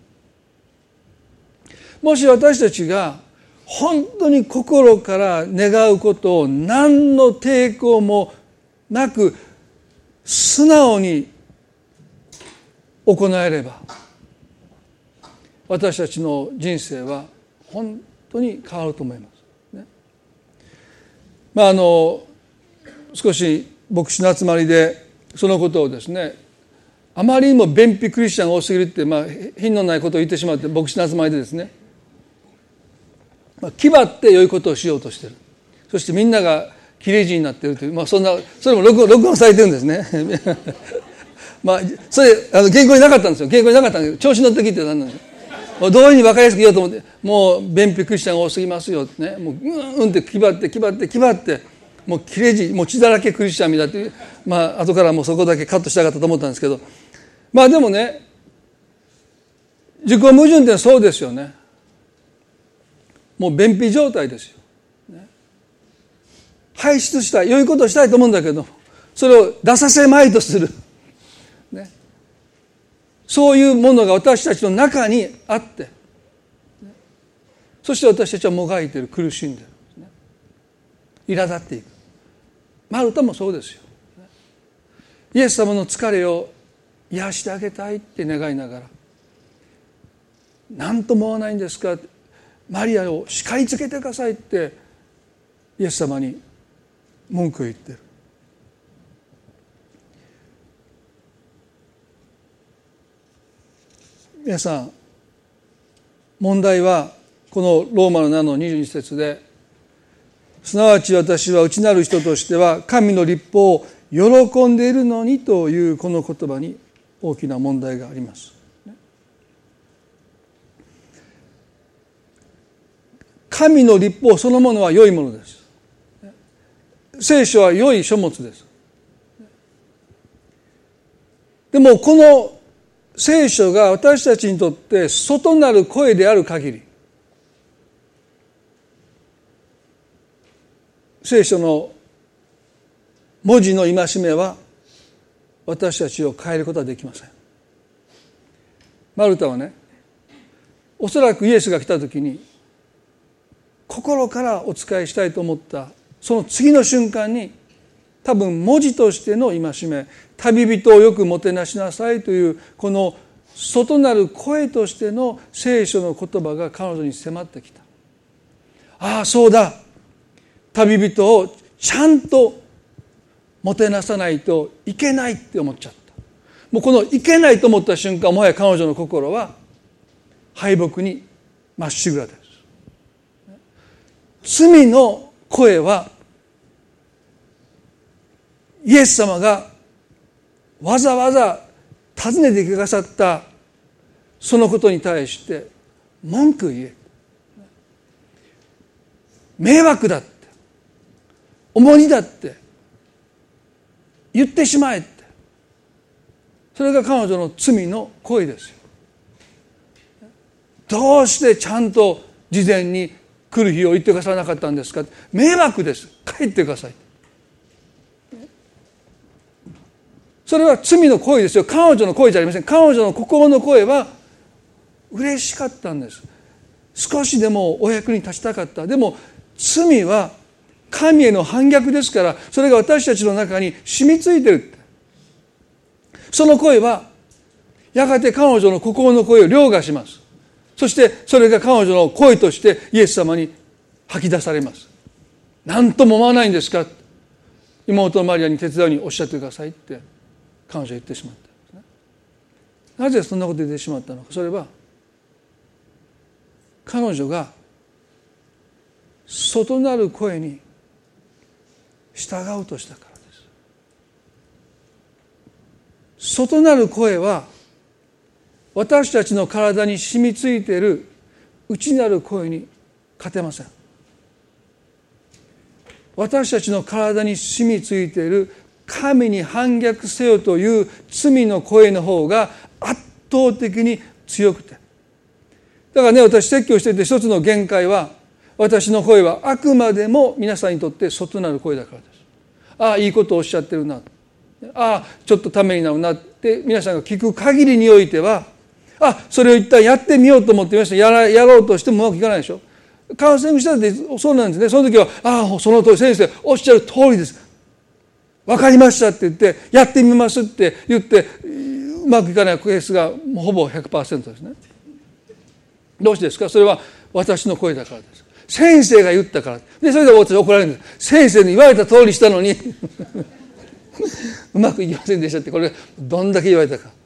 もし私たちが本当に心から願うことを何の抵抗もなく素直に行えれば、私たちの人生は本当に変わると思います、ね。まああの少し牧師の集まりでそのことをですね、あまりにも便秘クリスチャンが多すぎるって、まあ、品のないことを言ってしまって、牧師の集まりでですね、まあ、気張って良いことをしようとしている。そしてみんなが切れ字になっているという、まあ、そんなそれも録音、録音されてるんですね。まあそれあの原稿になかったんですよ。原稿になかったんだけど、調子乗ってきって何なんですよ。もうどういうふうに分かりやすく言おうと思って、もう便秘クリスチャンが多すぎますよってね、もううんうんって気張って気張って気張って、もう切れ字、もう血だらけクリスチャンみたいって、まあ後からもうそこだけカットしたかったと思ったんですけど、まあでもね、自己矛盾ってそうですよね。もう便秘状態ですよ、ね、排出したい、良いことをしたいと思うんだけど、それを出させまいとする、ね、そういうものが私たちの中にあって、ね、そして私たちはもがいている、苦しんでいる、ね、苛立っていく。マルタもそうですよ、ね、イエス様の疲れを癒してあげたいって願いながら、何とも思わないんですか、マリアを叱りつけてくださいってイエス様に文句を言っている。皆さん、問題はこのローマのなのにじゅうに節で、すなわち私は内なる人としては神の律法を喜んでいるのにというこの言葉に大きな問題があります。神の律法そのものは良いものです。聖書は良い書物です。でもこの聖書が私たちにとって外なる声である限り、聖書の文字の戒めは私たちを変えることはできません。マルタはね、おそらくイエスが来た時に心からお仕えしたいと思ったその次の瞬間に、多分文字としての戒め、旅人をよくもてなしなさいというこの外なる声としての聖書の言葉が彼女に迫ってきた。ああそうだ、旅人をちゃんともてなさないといけないって思っちゃった。もうこのいけないと思った瞬間、もはや彼女の心は敗北にまっしぐらです。罪の声はイエス様がわざわざ尋ねてくださったそのことに対して文句言え、迷惑だって、重荷だって言ってしまえって、それが彼女の罪の声ですよ。どうしてちゃんと事前に来る日を言ってくださらなかったんですか。迷惑です、帰ってください。それは罪の声ですよ。彼女の声じゃありません。彼女の心の声は嬉しかったんです。少しでもお役に立ちたかった。でも罪は神への反逆ですから、それが私たちの中に染みついてる。その声はやがて彼女の心の声を凌駕します。そしてそれが彼女の声としてイエス様に吐き出されます。何とも思わないんですか、妹のマリアに手伝うにおっしゃってくださいって彼女は言ってしまった。なぜそんなこと言ってしまったのか。それは彼女が外なる声に従うとしたからです。外なる声は私たちの体に染みついている内なる声に勝てません。私たちの体に染みついている神に反逆せよという罪の声の方が圧倒的に強くて、 だからね、私説教していて一つの限界は、私の声はあくまでも皆さんにとって外なる声だからです。ああ、いいことをおっしゃってるな、ああ、ちょっとためになるなって皆さんが聞く限りにおいては、あ、それを一旦やってみようと思って皆さんやらやろうとしてもうまくいかないでしょ。カウンセリングしたってそうなんですね。その時は、ああ、その通り、先生おっしゃる通りです、わかりましたって言ってやってみますって言ってうまくいかないケースがもうほぼ ひゃくパーセント ですね。どうしてですか。それは私の声だからです。先生が言ったからで、それで私怒られるんです。先生に言われた通りしたのにうまくいきませんでしたって、これどんだけ言われたか。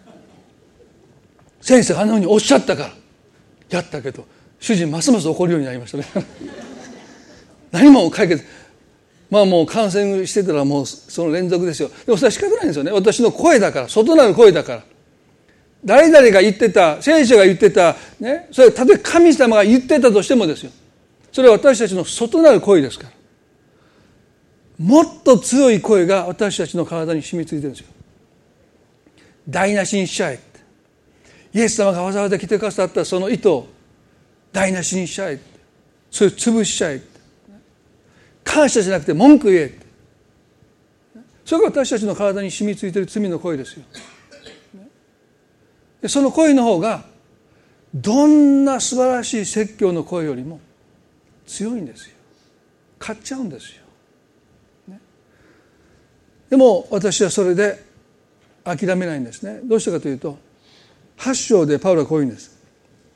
先生があんなふうにおっしゃったからやったけど、主人ますます怒るようになりましたね何も解決、まあもうカウンセリングしてたらもうその連続ですよ。でもそれは仕方ないんですよね。私の声だから、外なる声だから。誰々が言ってた、聖書が言ってた、ね、それたとえ神様が言ってたとしてもですよ、それは私たちの外なる声ですから。もっと強い声が私たちの体に染みついてるんですよ。台無しにしちゃえ。イエス様がわざわざ来てくださったその意図を台無しにしちゃえ。それを潰しちゃえ。感謝じゃなくて文句言え。それが私たちの体に染みついている罪の声ですよ。その声の方がどんな素晴らしい説教の声よりも強いんですよ。勝っちゃうんですよ、ね、でも私はそれで諦めないんですね。どうしてかというと、はち章でパウロはこういうんです。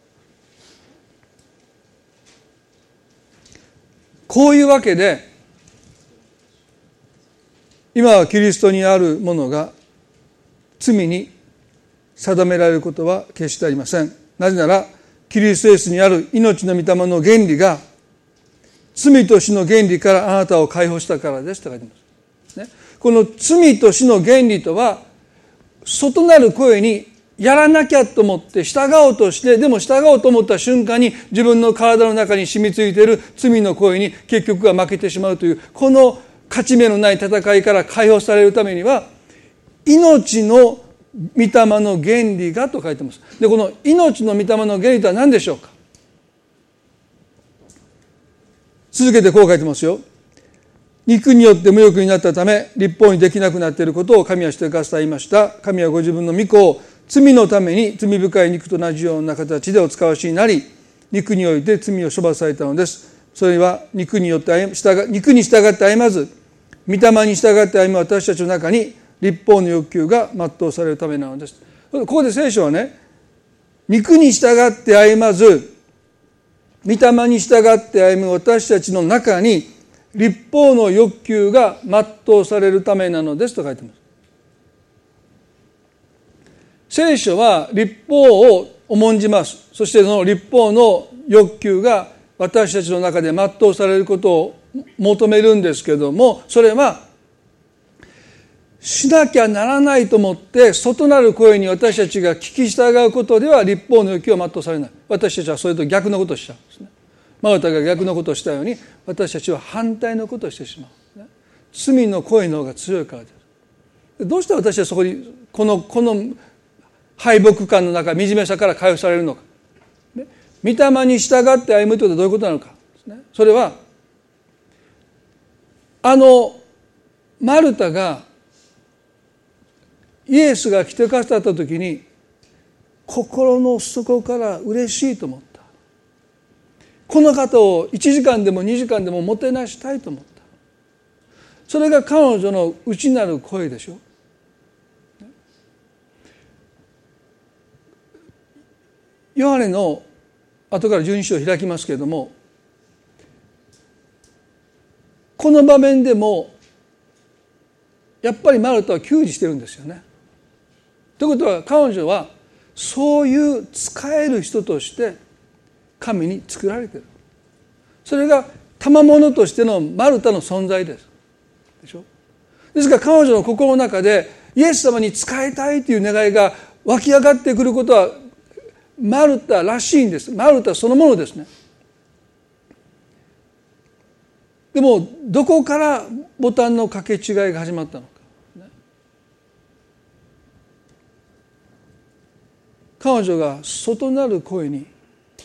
こういうわけで今はキリストにあるものが罪に定められることは決してありません。なぜならキリストイエスにある命の御霊の原理が罪と死の原理からあなたを解放したからですと書いてます、ね、この罪と死の原理とは、外なる声にやらなきゃと思って従おうとして、でも従おうと思った瞬間に自分の体の中に染みついている罪の声に結局は負けてしまうという、この勝ち目のない戦いから解放されるためには、命の御霊の原理がと書いてます。で、この命の御霊の原理とは何でしょうか。続けてこう書いてますよ。肉によって無欲になったため立法にできなくなっていることを神はしてくださいました。神はご自分の御子を罪のために罪深い肉と同じような形でお使わしになり、肉において罪を処罰されたのです。それは肉によって従肉に従って歩まず、御霊に従って歩む私たちの中に立法の欲求が全うされるためなのです。ここで聖書はね、肉に従って歩まず御霊に従って歩む私たちの中に立法の欲求が全うされるためなのですと書いています。聖書は立法を重んじます。そしてその立法の欲求が私たちの中で全うされることを求めるんですけども、それはしなきゃならないと思って外なる声に私たちが聞き従うことでは立法の欲求は全うされない。私たちはそれと逆のことをしちゃうんですね。マルタが逆のことをしたように私たちは反対のことをしてしまう。罪の声の方が強いからです。どうして私はそこにこのこの敗北感の中、惨めさから解放されるのか。御霊に従って歩むということはどういうことなのか。それはあのマルタがイエスが来てくださった時に心の底から嬉しいと思った。この方をいちじかんでもにじかんでももてなしたいと思った。それが彼女の内なる声でしょ。ヨハネの後からじゅうに章を開きますけれども、この場面でもやっぱりマルタは給仕してるんですよね。ということは彼女はそういう使える人として神に作られている。それが賜物としてのマルタの存在です。でしょ。ですから彼女の心の中でイエス様に仕えたいという願いが湧き上がってくることはマルタらしいんです。マルタそのものですね。でもどこからボタンの掛け違いが始まったのか。彼女が外なる声に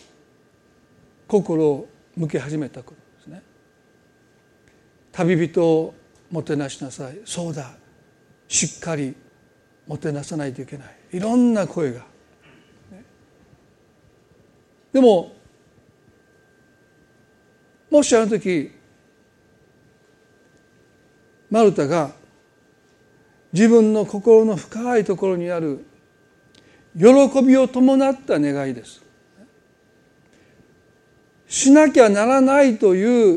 心を向け始めた頃ですね。旅人をもてなしなさい、そうだ、しっかりもてなさないといけない、いろんな声が。でももしあの時マルタが自分の心の深いところにある喜びを伴った願いです。しなきゃならないという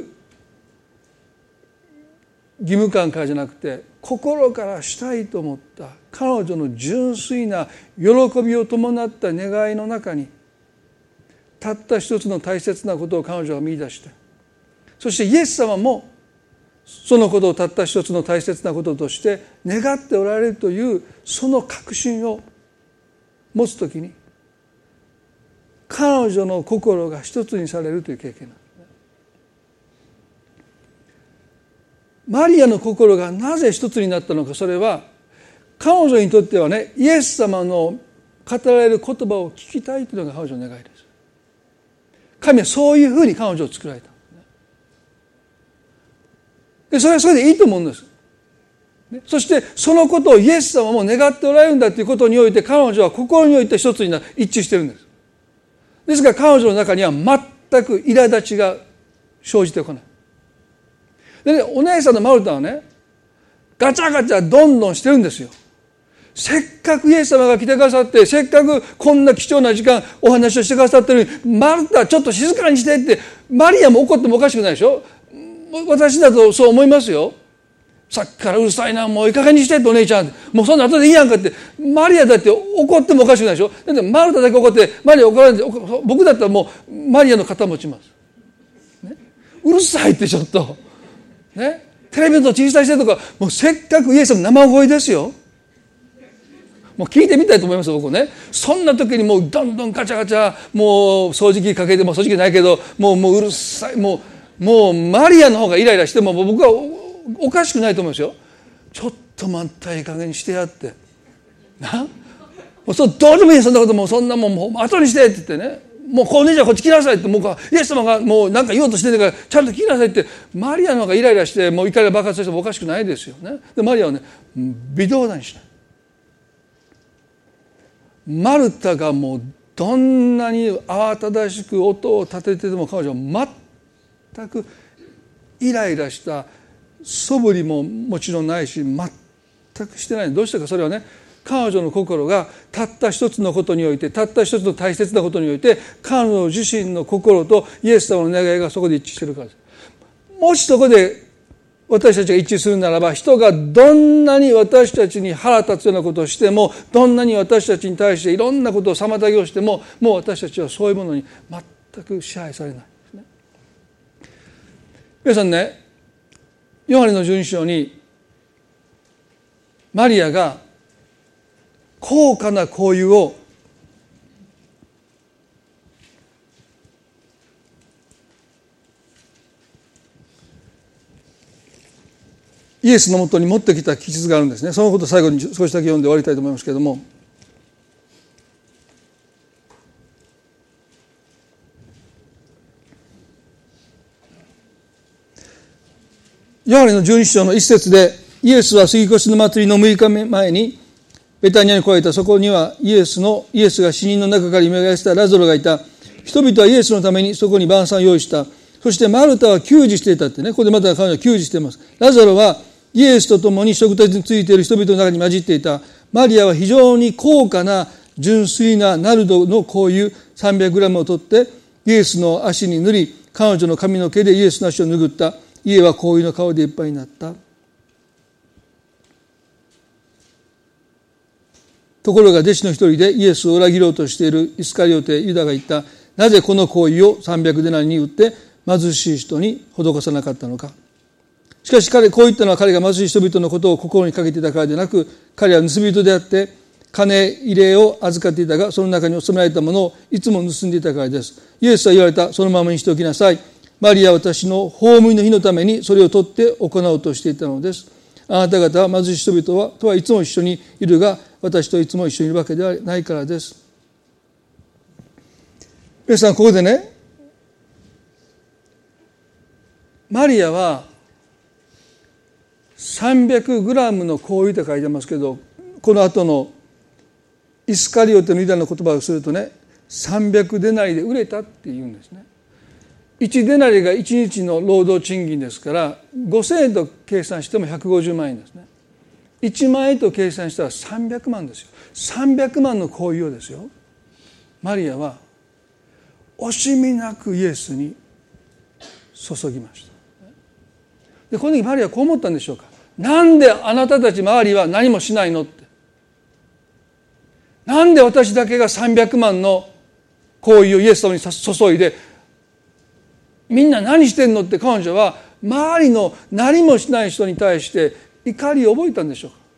義務感からじゃなくて、心からしたいと思った彼女の純粋な喜びを伴った願いの中に、たった一つの大切なことを彼女は見出して、そしてイエス様もそのことをたった一つの大切なこととして願っておられるというその確信を持つときに、彼女の心が一つにされるという経験なんですね。マリアの心がなぜ一つになったのか、それは彼女にとってはね、イエス様の語られる言葉を聞きたいというのが彼女の願いです。神はそういうふうに彼女を作られた。でそれはそれでいいと思うんです。そしてそのことをイエス様も願っておられるんだということにおいて、彼女は心において一つにな一致しているんです。ですから彼女の中には全く苛立ちが生じてこない。でね、お姉さんのマルタはね、ガチャガチャどんどんしてるんですよ。せっかくイエス様が来てくださって、せっかくこんな貴重な時間お話をしてくださってるのに、マルタちょっと静かにしてって、マリアも怒ってもおかしくないでしょ。私だとそう思いますよ。さっきからうるさいな、もういい加減にしてってお姉ちゃん、もうそんな後でいいやんかって。マリアだって怒ってもおかしくないでしょ。だってマルタだけ怒ってマリア怒られて、僕だったらもうマリアの肩持ちます、ね、うるさいってちょっとね、テレビの小さいしてとか、もうせっかくイエス様生声ですよ。もう聞いてみたいと思います僕ね。そんな時にもうどんどんガチャガチャ、もう掃除機かけても掃除機ないけど、もうもううるさい、もうもうマリアの方がイライラしても僕は お, おかしくないと思うんですよ。ちょっと待ったいい加減にしてやってな、もうそどうでもいい、そんなこともうそんなもんもう後にしてって言ってね、もうこうね、じゃこっち来なさいって、もうイエス様がもう何か言おうとしてるからちゃんと来なさいって、マリアの方がイライラしてもう怒りが爆発してもおかしくないですよね。でマリアはね、微動だにしない。マルタがもうどんなに慌ただしく音を立ててても、彼女は全くイライラした素振りももちろんないし、全くしてない。どうしたか、それはね、彼女の心がたった一つのことにおいて、たった一つの大切なことにおいて、彼女自身の心とイエス様の願いがそこで一致しているからです。もしそこで私たちが一致するならば、人がどんなに私たちに腹立つようなことをしても、どんなに私たちに対していろんなことを妨げをしても、もう私たちはそういうものに全く支配されないですね。皆さんね、ヨハネのじゅうに章にマリアが高価な香油をイエスのもとに持ってきた記述があるんですね。そのことを最後に少しだけ読んで終わりたいと思いますけれども、ヨハネのじゅうに章の一節で、イエスは杉越の祭りのむいかめ前にベタニアに来られた。そこにはイエスのイエスが死人の中から蘇らせたラザロがいた。人々はイエスのためにそこに晩餐を用意した。そしてマルタは給仕していたってね、ここでまた彼女は給仕しています。ラザロはイエスと共に食卓についている人々の中に混じっていた。マリアは非常に高価な純粋なナルドの香油さんびゃくグラムを取ってイエスの足に塗り、彼女の髪の毛でイエスの足を拭った。家は香油の香りでいっぱいになった。ところが弟子の一人でイエスを裏切ろうとしているイスカリオテユダが言った。なぜこの香油をさんびゃくデナリに売って貧しい人に施さなかったのか。しかし彼、こう言ったのは彼が貧しい人々のことを心にかけていたからでなく、彼は盗み人であって金入れを預かっていたが、その中に収められたものをいつも盗んでいたからです。イエスは言われた。そのままにしておきなさい。マリアは私の葬りの日のためにそれを取って行おうとしていたのです。あなた方は貧しい人々はとはいつも一緒にいるが、私といつも一緒にいるわけではないからです。皆さん、ここでね、 マリアはさんびゃくグラムの香油って書いてますけど、この後のイスカリオテのユダの言葉をするとね、さんびゃくデナリで売れたって言うんですね。いちデナリがいちにちの労働賃金ですから、ごせんえんと計算してもひゃくごじゅうまんえんですね。いちまんえんと計算したらさんびゃくまんですよ。さんびゃくまんの香油をですよ、マリアは惜しみなくイエスに注ぎました。でこの時マリアはこう思ったんでしょうか。なんであなたたち周りは何もしないのって、なんで私だけがさんびゃくまんの香油をイエス様に注いで、みんな何してんのって、彼女は周りの何もしない人に対して怒りを覚えたんでしょうか。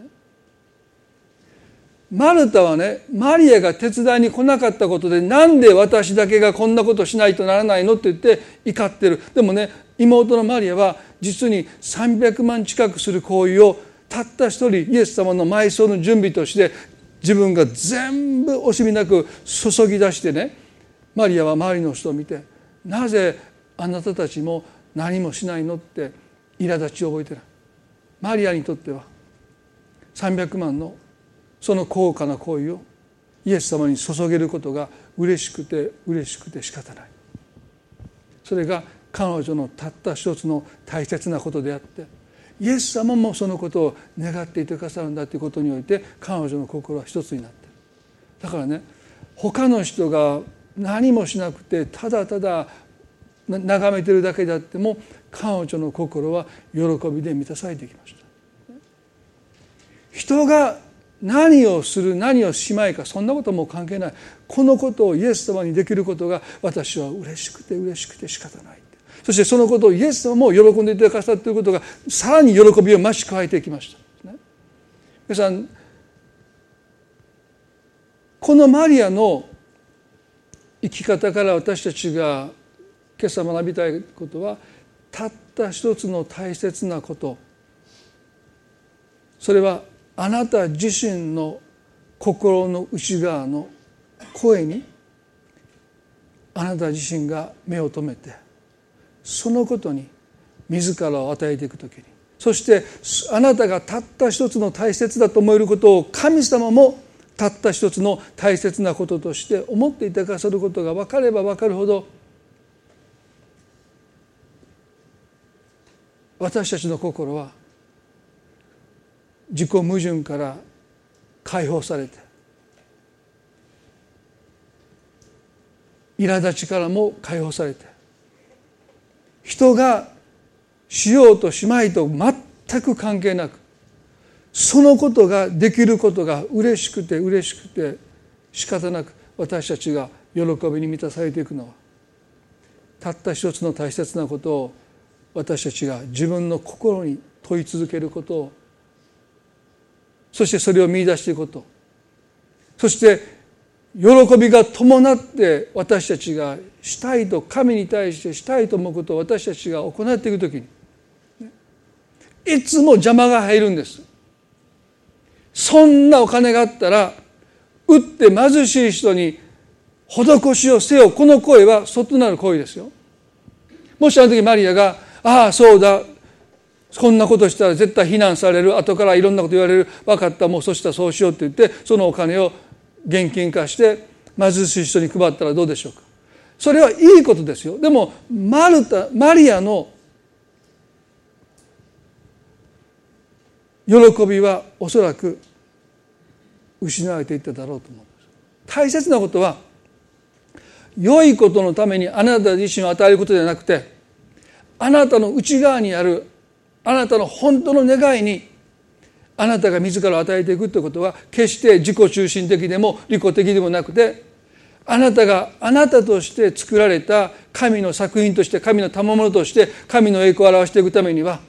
マルタはね、マリアが手伝いに来なかったことで、なんで私だけがこんなことしないとならないのって言って怒ってる。でもね、妹のマリアは実にさんびゃくまん近くする香油をたった一人イエス様の埋葬の準備として自分が全部惜しみなく注ぎ出してね、マリアは周りの人を見て、なぜあなたたちも何もしないのって苛立ちを覚えてない。マリアにとってはさんびゃくまんのその高価な香油をイエス様に注げることが嬉しくて嬉しくて仕方ない。それが彼女のたった一つの大切なことであって、イエス様もそのことを願っていてくださるんだということにおいて、彼女の心は一つになっている。だからね、他の人が何もしなくてただただ眺めているだけであっても、彼女の心は喜びで満たされてきました。人が何をする何をしまいか、そんなことも関係ない。このことをイエス様にできることが私は嬉しくて嬉しくて仕方ない。そしてそのことをイエス様も喜んでいただかさっていることがさらに喜びを増し加えてきました。皆さん、このマリアの生き方から私たちが今朝学びたいことは、たった一つの大切なこと、それはあなた自身の心の内側の声にあなた自身が目を留めて、そのことに自らを与えていくときに、そしてあなたがたった一つの大切だと思えることを神様もたった一つの大切なこととして思っていてくださることが分かれば分かるほど、私たちの心は自己矛盾から解放されて、苛立ちからも解放されて、人がしようとしまいと全く関係なく、そのことができることが嬉しくて嬉しくて仕方なく、私たちが喜びに満たされていくのは、たった一つの大切なことを私たちが自分の心に問い続けることを、そしてそれを見出していくこと、そして喜びが伴って私たちがしたいと、神に対してしたいと思うことを私たちが行っていくときに、いつも邪魔が入るんです。そんなお金があったら売って貧しい人に施しをせよ、この声は外なる声ですよ。もしあの時マリアが、ああそうだ、こんなことしたら絶対非難される、後からいろんなこと言われる、分かった、もうそしたらそうしようって言って、そのお金を現金化して貧しい人に配ったらどうでしょうか。それはいいことですよ。でもマルタマリアの喜びはおそらく失われていっただろうと思います。大切なことは、良いことのためにあなた自身を与えることではなくて、あなたの内側にあるあなたの本当の願いにあなたが自らを与えていくということは、決して自己中心的でも利己的でもなくて、あなたがあなたとして作られた神の作品として、神の賜物として神の栄光を表していくためには、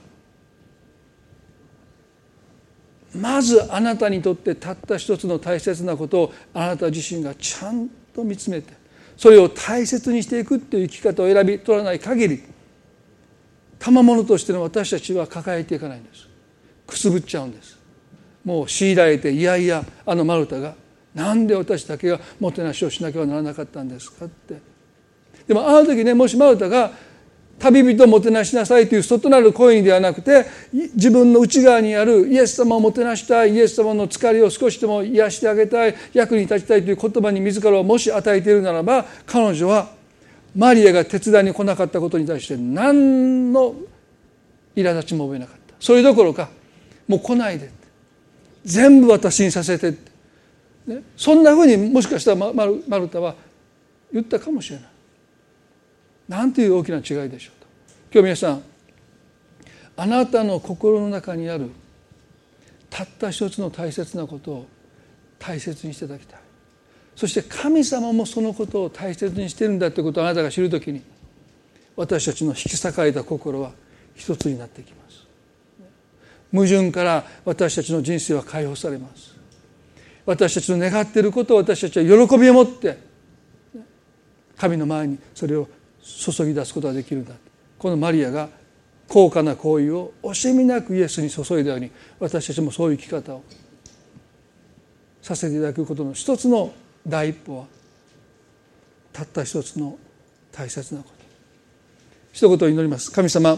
まずあなたにとってたった一つの大切なことをあなた自身がちゃんと見つめて、それを大切にしていくという生き方を選び取らない限り、賜物としての私たちは抱えていかないんです。くすぶっちゃうんです。もう強いられて、いやいやあのマルタがなんで私だけがもてなしをしなければならなかったんですかって。でもあの時ね、もしマルタが旅人をもてなしなさいという外なる声にではなくて、自分の内側にあるイエス様をもてなしたい、イエス様の疲れを少しでも癒してあげたい、役に立ちたいという言葉に自らをもし与えているならば、彼女はマリアが手伝いに来なかったことに対して何の苛立ちも覚えなかった。それどころか、もう来ないで、全部私にさせてって、ね、そんなふうにもしかしたらマル、マルタは言ったかもしれない。なんていう大きな違いでしょうと。今日皆さん、あなたの心の中にあるたった一つの大切なことを大切にしていただきたい。そして神様もそのことを大切にしているんだということをあなたが知るときに、私たちの引き裂かれた心は一つになっていきます。矛盾から私たちの人生は解放されます。私たちの願っていることを私たちは喜びを持って神の前にそれを注ぎ出すことができるんだ。このマリアが高価な行為を惜しみなくイエスに注いだように、私たちもそういう生き方をさせていただくことの一つの第一歩は、たった一つの大切なこと。一言祈ります。神様、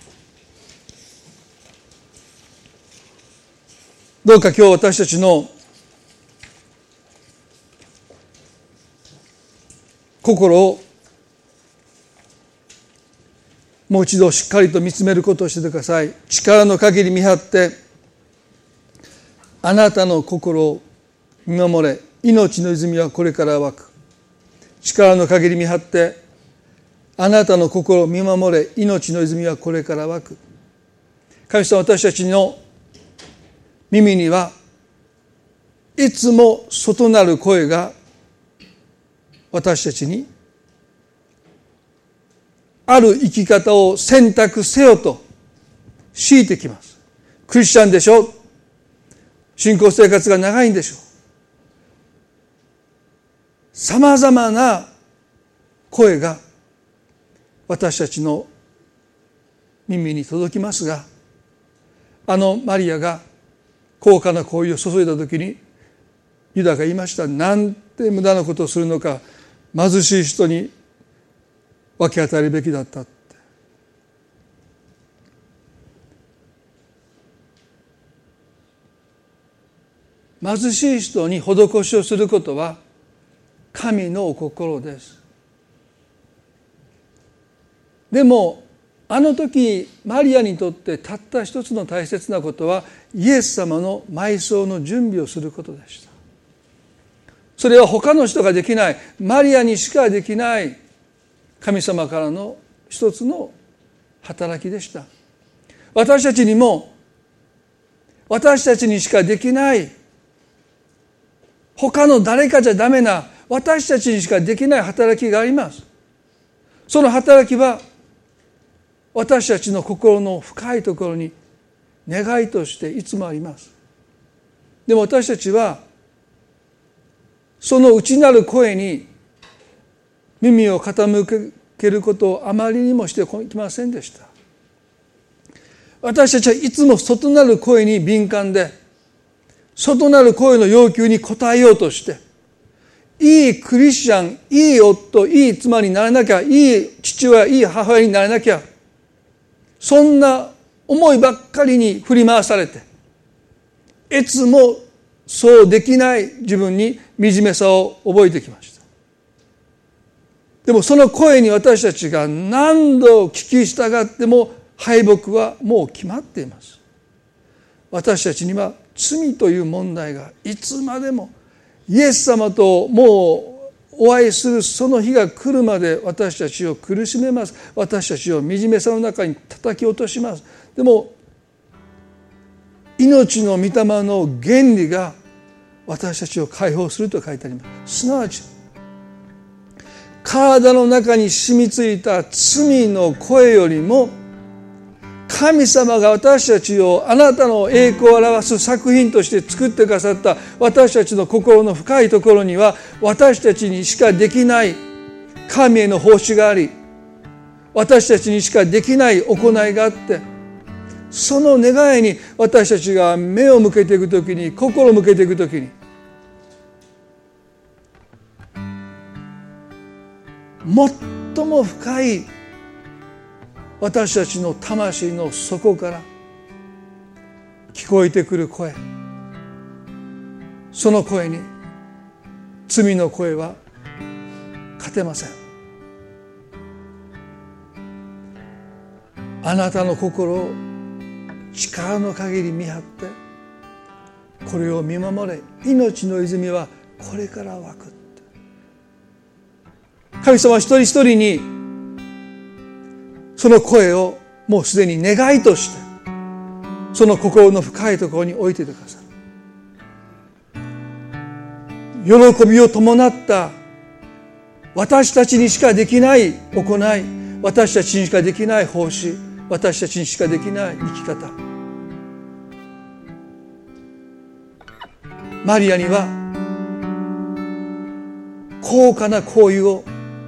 どうか今日私たちの心をもう一度しっかりと見つめることをしてください。力の限り見張ってあなたの心を見守れ。命の泉はこれから湧く。力の限り見張ってあなたの心を見守れ。命の泉はこれから湧く。神様、私たちの耳にはいつも外なる声が私たちにある生き方を選択せよと強いてきます。クリスチャンでしょ、信仰生活が長いんでしょう、さまざまな声が私たちの耳に届きますが、あのマリアが高価な行為を注いだときにユダが言いました。なんて無駄なことをするのか、貧しい人に分け与えるべきだったって。貧しい人に施しをすることは神のお心です。でもあの時マリアにとってたった一つの大切なことはイエス様の埋葬の準備をすることでした。それは他の人ができない、マリアにしかできない神様からの一つの働きでした。私たちにも私たちにしかできない、他の誰かじゃダメな、私たちにしかできない働きがあります。その働きは私たちの心の深いところに願いとしていつもあります。でも私たちはその内なる声に耳を傾けることをあまりにもしてきませんでした。私たちはいつも外なる声に敏感で、外なる声の要求に応えようとして、いいクリスチャン、いい夫、いい妻にならなきゃ、いい父親、いい母親にならなきゃ、そんな思いばっかりに振り回されて、いつもそうできない自分に惨めさを覚えてきました。でもその声に私たちが何度聞き従っても敗北はもう決まっています。私たちには罪という問題がいつまでも、イエス様ともうお会いするその日が来るまで私たちを苦しめます。私たちを惨めさの中に叩き落とします。でも命の御霊の原理が私たちを解放すると書いてあります。すなわち体の中に染みついた罪の声よりも、神様が私たちをあなたの栄光を表す作品として作ってくださった私たちの心の深いところには、私たちにしかできない神への奉仕があり、私たちにしかできない行いがあって、その願いに私たちが目を向けていくときに、心を向けていくときに、最も深い私たちの魂の底から聞こえてくる声、その声に罪の声は勝てません。あなたの心を力の限り見張って、これを見守れ、命の泉はこれから湧く。神様は一人一人にその声をもうすでに願いとして、その心の深いところに置いていてくださる。喜びを伴った私たちにしかできない行い、私たちにしかできない奉仕、私たちにしかできない生き方。マリアには高価な行為を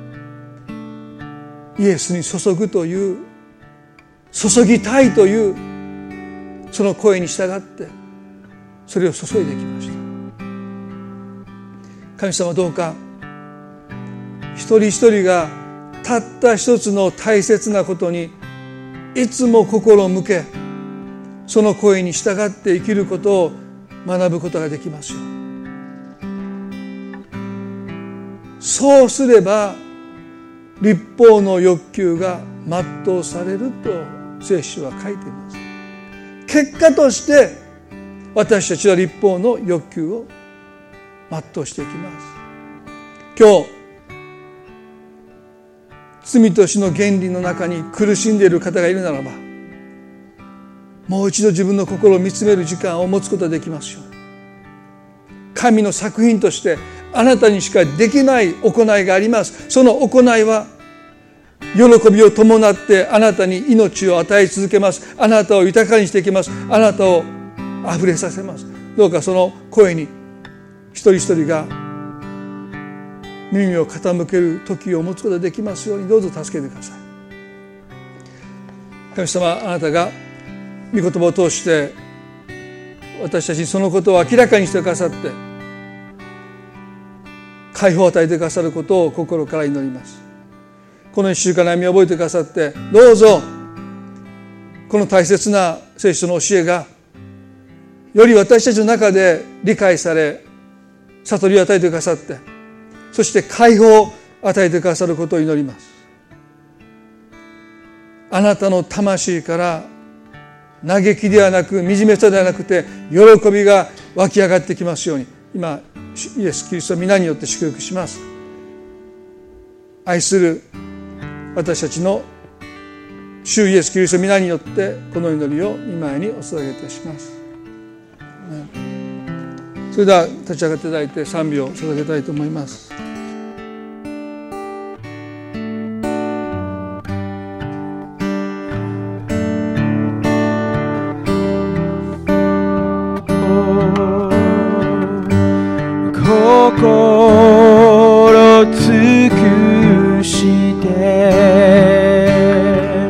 イエスに注ぐという、注ぎたいというその声に従ってそれを注いできました。神様、どうか一人一人がたった一つの大切なことにいつも心を向け、その声に従って生きることを学ぶことができますよ。そうすれば律法の欲求が全うされると聖書は書いています。結果として私たちは律法の欲求を全うしていきます。今日罪と死の原理の中に苦しんでいる方がいるならば、もう一度自分の心を見つめる時間を持つことができますように。神の作品としてあなたにしかできない行いがあります。その行いは喜びを伴ってあなたに命を与え続けます。あなたを豊かにしていきます。あなたをあふれさせます。どうかその声に一人一人が耳を傾ける時を持つことができますように、どうぞ助けてください。神様、あなたが御言葉を通して私たちにそのことを明らかにしてくださって、解放を与えてくださることを心から祈ります。この一週間の歩みを覚えてくださって、どうぞこの大切な聖書の教えがより私たちの中で理解され、悟りを与えてくださって、そして解放を与えてくださることを祈ります。あなたの魂から嘆きではなく、惨めさではなくて喜びが湧き上がってきますように、今イエス・キリストの皆によって祝福します。愛する私たちの主イエス・キリストの皆によってこの祈りを御前にお捧げいたします。それでは立ち上がっていただいて賛美を捧げたいと思います。 心尽くして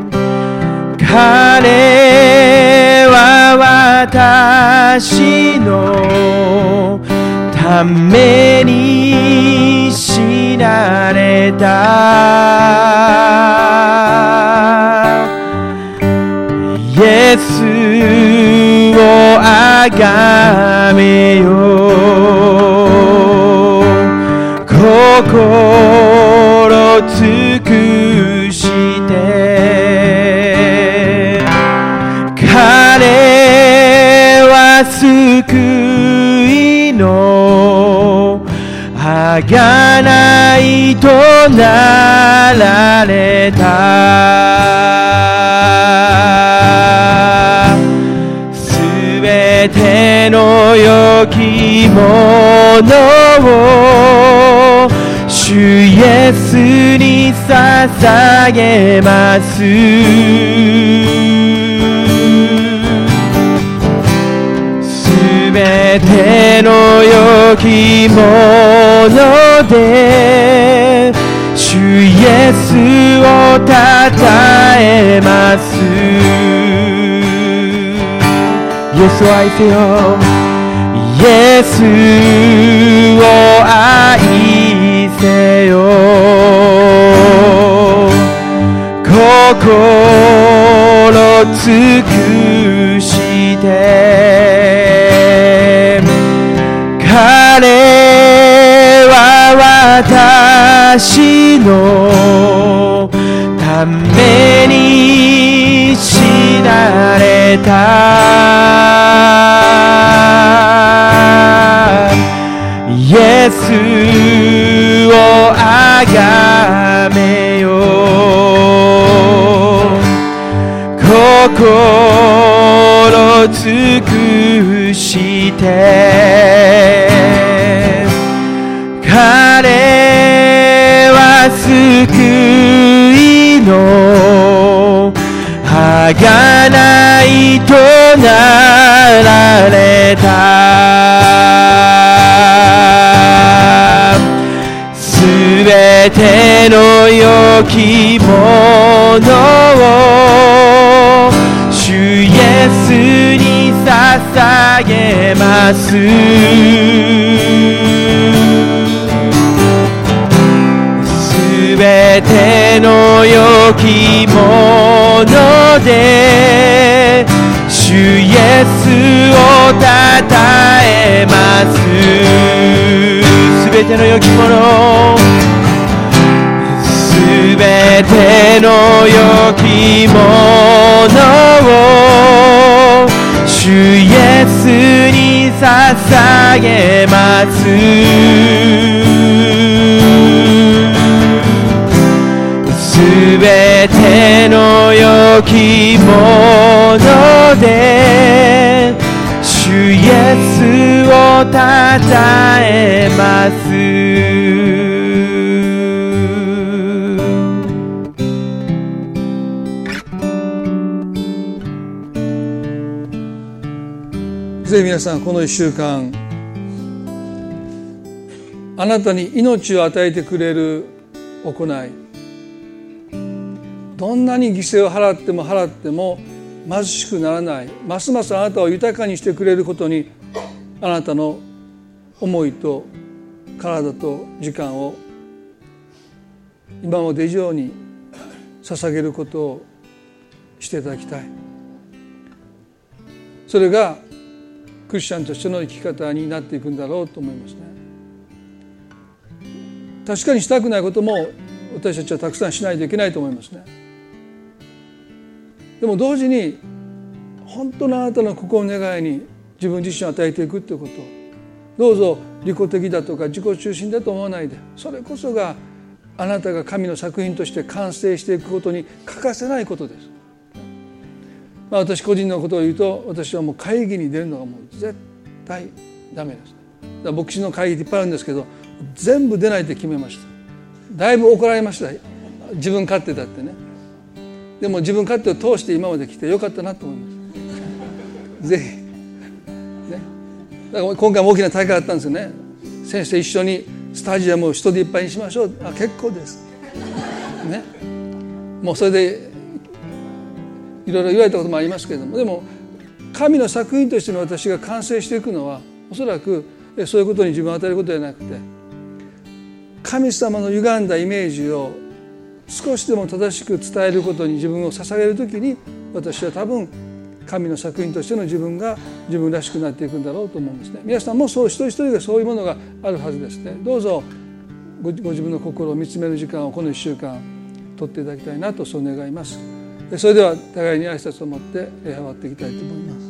彼は私のために死なれた。イエスをあがめよう。心尽くして彼は救いの贖いとなられた。すべての良きものを主イエスに捧げます。すべての良きもので主イエスをたたえます。イエスを愛せよ、イエスを愛せよ、心尽くして彼は私のために死なれた。イエスをあがめよう。心尽くして彼は救いの贖いとなられた。すべての良きものを主イエスに捧げます。すべての良きもので主イエスをたたえます。すべての良きもの、すべての良きものを主イエスに捧げます。すべての良きもので主イエスをたたえます。 ぜひ皆さんこのいっしゅうかんあなたに命を与えてくれる行い、どんなに犠牲を払っても払っても貧しくならない、ますますあなたを豊かにしてくれることにあなたの思いと体と時間を今まで以上に捧げることをしていただきたい。それがクリスチャンとしての生き方になっていくんだろうと思いますね。確かにしたくないことも私たちはたくさんしないといけないと思いますね。でも同時に本当のあなたの心の願いに自分自身を与えていくということ、どうぞ利己的だとか自己中心だと思わないで、それこそがあなたが神の作品として完成していくことに欠かせないことです。まあ、私個人のことを言うと、私はもう会議に出るのがもう絶対ダメです。だから牧師の会議っていっぱいあるんですけど、全部出ないって決めました。だいぶ怒られました。自分勝手だってね。でも自分勝手を通して今まで来てよかったなと思います。ぜひ、ね、だから今回も大きな大会だったんですよね。先生一緒にスタジアムを人でいっぱいにしましょう。あ、結構です、ね、もうそれでいろいろ言われたこともありますけれども、でも神の作品としての私が完成していくのはおそらくそういうことに自分を与えることではなくて、神様の歪んだイメージを少しでも正しく伝えることに自分を捧げるときに、私は多分神の作品としての自分が自分らしくなっていくんだろうと思うんですね。皆さんもそう一人一人がそういうものがあるはずですね。どうぞ ご, ご自分の心を見つめる時間をこのいっしゅうかん取っていただきたいなとそう願います。それでは互いに挨拶を持って終わっていきたいと思います。